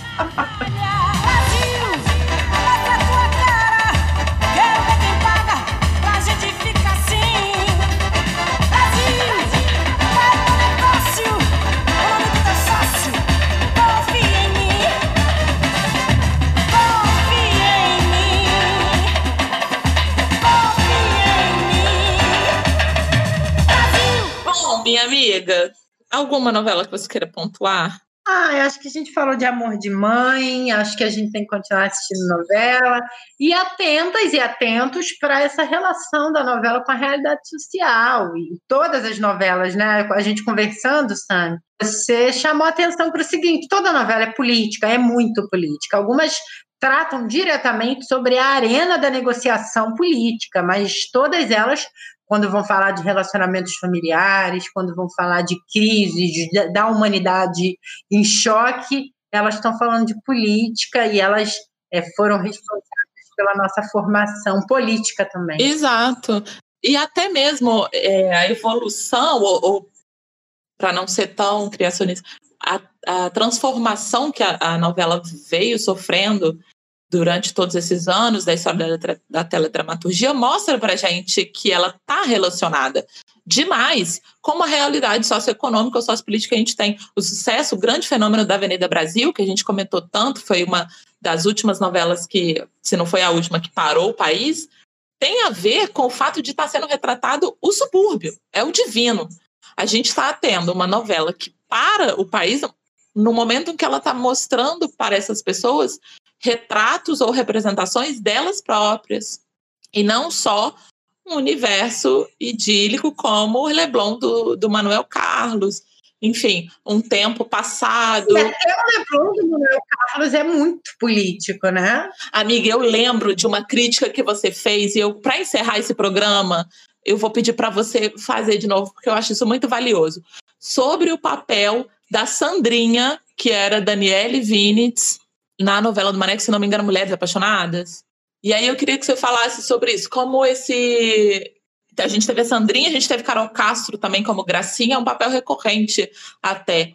S1: Minha amiga, alguma novela que você queira pontuar?
S4: Ah, eu acho que a gente falou de Amor de Mãe, acho que a gente tem que continuar assistindo novela e atentas e atentos para essa relação da novela com a realidade social. E todas as novelas, né? A gente conversando, Sami, você chamou atenção para o seguinte: toda novela é política, é muito política. Algumas tratam diretamente sobre a arena da negociação política, mas todas elas, quando vão falar de relacionamentos familiares, quando vão falar de crises da humanidade em choque, elas estão falando de política e elas é, foram responsáveis pela nossa formação política também.
S1: Exato. E até mesmo é, a evolução, ou, ou para não ser tão criacionista, a, a transformação que a, a novela veio sofrendo durante todos esses anos da história da, da teledramaturgia mostra para a gente que ela está relacionada demais com a realidade socioeconômica ou sociopolítica que a gente tem. O sucesso, o grande fenômeno da Avenida Brasil, que a gente comentou tanto, foi uma das últimas novelas que, se não foi a última, que parou o país, tem a ver com o fato de estar sendo retratado o subúrbio, é o divino. A gente está tendo uma novela que para o país no momento em que ela está mostrando para essas pessoas retratos ou representações delas próprias, e não só um universo idílico como o Leblon do, do Manuel Carlos, enfim, um tempo passado.
S4: E até o Leblon do Manuel Carlos é muito político, né?
S1: Amiga, eu lembro de uma crítica que você fez, e eu, para encerrar esse programa, eu vou pedir para você fazer de novo, porque eu acho isso muito valioso, sobre o papel da Sandrinha, que era Daniele Vinitz, na novela do Maneco, se não me engano, Mulheres Apaixonadas. E aí eu queria que você falasse sobre isso, como esse... A gente teve a Sandrinha, a gente teve Carol Castro também como Gracinha, é um papel recorrente até,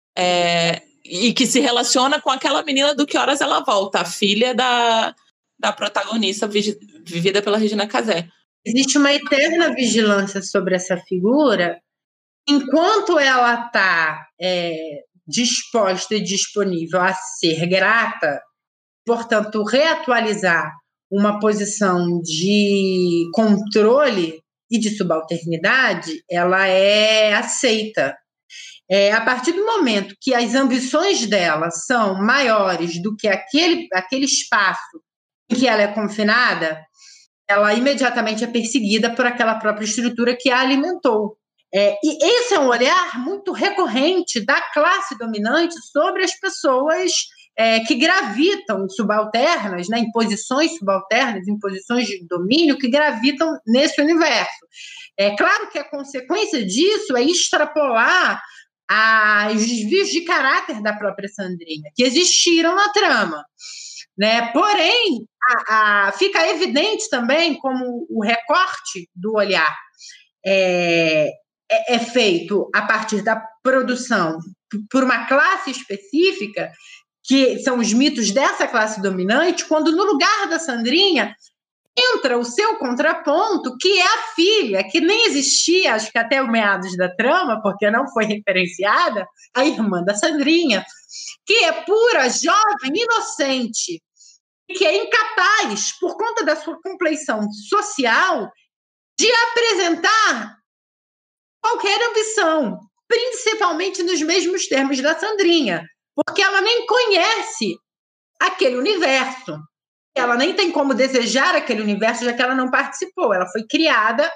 S1: é... e que se relaciona com aquela menina do Que Horas Ela Volta, a filha da, da protagonista vivida pela Regina Casé.
S4: Existe uma eterna vigilância sobre essa figura, enquanto ela está... É... disposta e disponível a ser grata, portanto, reatualizar uma posição de controle e de subalternidade, ela é aceita. É, a partir do momento que as ambições dela são maiores do que aquele, aquele espaço em que ela é confinada, ela imediatamente é perseguida por aquela própria estrutura que a alimentou. É, e esse é um olhar muito recorrente da classe dominante sobre as pessoas é, que gravitam subalternas, né, em posições subalternas, em posições de domínio, que gravitam nesse universo. É claro que a consequência disso é extrapolar os desvios de caráter da própria Sandrinha, que existiram na trama, né? Porém, a, a, fica evidente também como o recorte do olhar é, é, é feito a partir da produção por uma classe específica, que são os mitos dessa classe dominante, quando no lugar da Sandrinha entra o seu contraponto, que é a filha, que nem existia, acho que até o meados da trama, porque não foi referenciada, a irmã da Sandrinha, que é pura, jovem, inocente, que é incapaz, por conta da sua compleição social, de apresentar qualquer ambição, principalmente nos mesmos termos da Sandrinha, porque ela nem conhece aquele universo. Ela nem tem como desejar aquele universo, já que ela não participou. Ela foi criada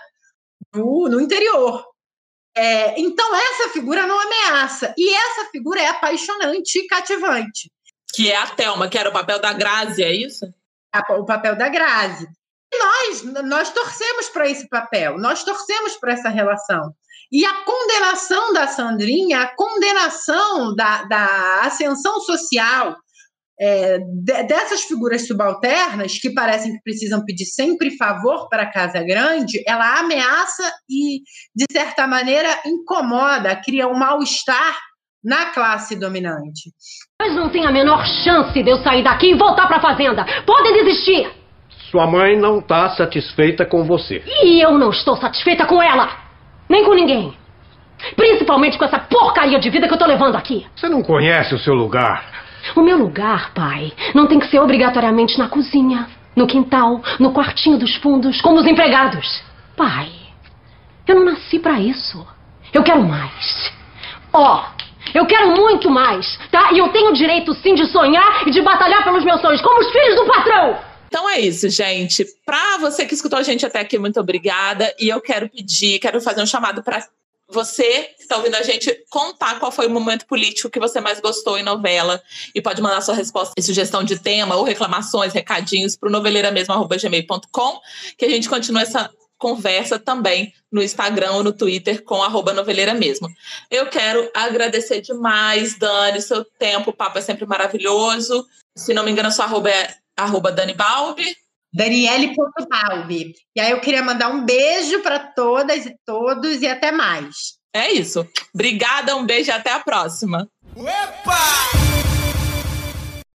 S4: no, no interior. É, então, essa figura não ameaça. E essa figura é apaixonante e cativante.
S1: Que é a Thelma, que era o papel da Grazi, é isso?
S4: O papel da Grazi. E nós, nós torcemos para esse papel, nós torcemos para essa relação. E a condenação da Sandrinha, a condenação da, da ascensão social é, de, dessas figuras subalternas, que parecem que precisam pedir sempre favor para a Casa Grande, ela ameaça e, de certa maneira, incomoda, cria um mal-estar na classe dominante.
S14: Mas não tem a menor chance de eu sair daqui e voltar para a fazenda. Podem desistir.
S15: Sua mãe não está satisfeita com você.
S14: E eu não estou satisfeita com ela. Nem com ninguém. Principalmente com essa porcaria de vida que eu tô levando aqui.
S15: Você não conhece o seu lugar.
S14: O meu lugar, pai, não tem que ser obrigatoriamente na cozinha, no quintal, no quartinho dos fundos, como os empregados. Pai, eu não nasci pra isso. Eu quero mais. Ó, oh, eu quero muito mais, tá? E eu tenho o direito, sim, de sonhar e de batalhar pelos meus sonhos, como os filhos do patrão.
S1: Então é isso, gente. Para você que escutou a gente até aqui, muito obrigada. E eu quero pedir, quero fazer um chamado para você que está ouvindo a gente contar qual foi o momento político que você mais gostou em novela. E pode mandar sua resposta e sugestão de tema ou reclamações, recadinhos para o noveleira mesmo arroba gmail ponto com, que a gente continua essa conversa também no Instagram ou no Twitter com arroba noveleira mesmo. Eu quero agradecer demais, Dani, seu tempo. O papo é sempre maravilhoso. Se não me engano, sua arroba é arroba Dani Balbi.
S4: Daniele ponto Balbi. E aí eu queria mandar um beijo para todas e todos e até mais.
S1: É isso. Obrigada, um beijo e até a próxima.
S6: Opa!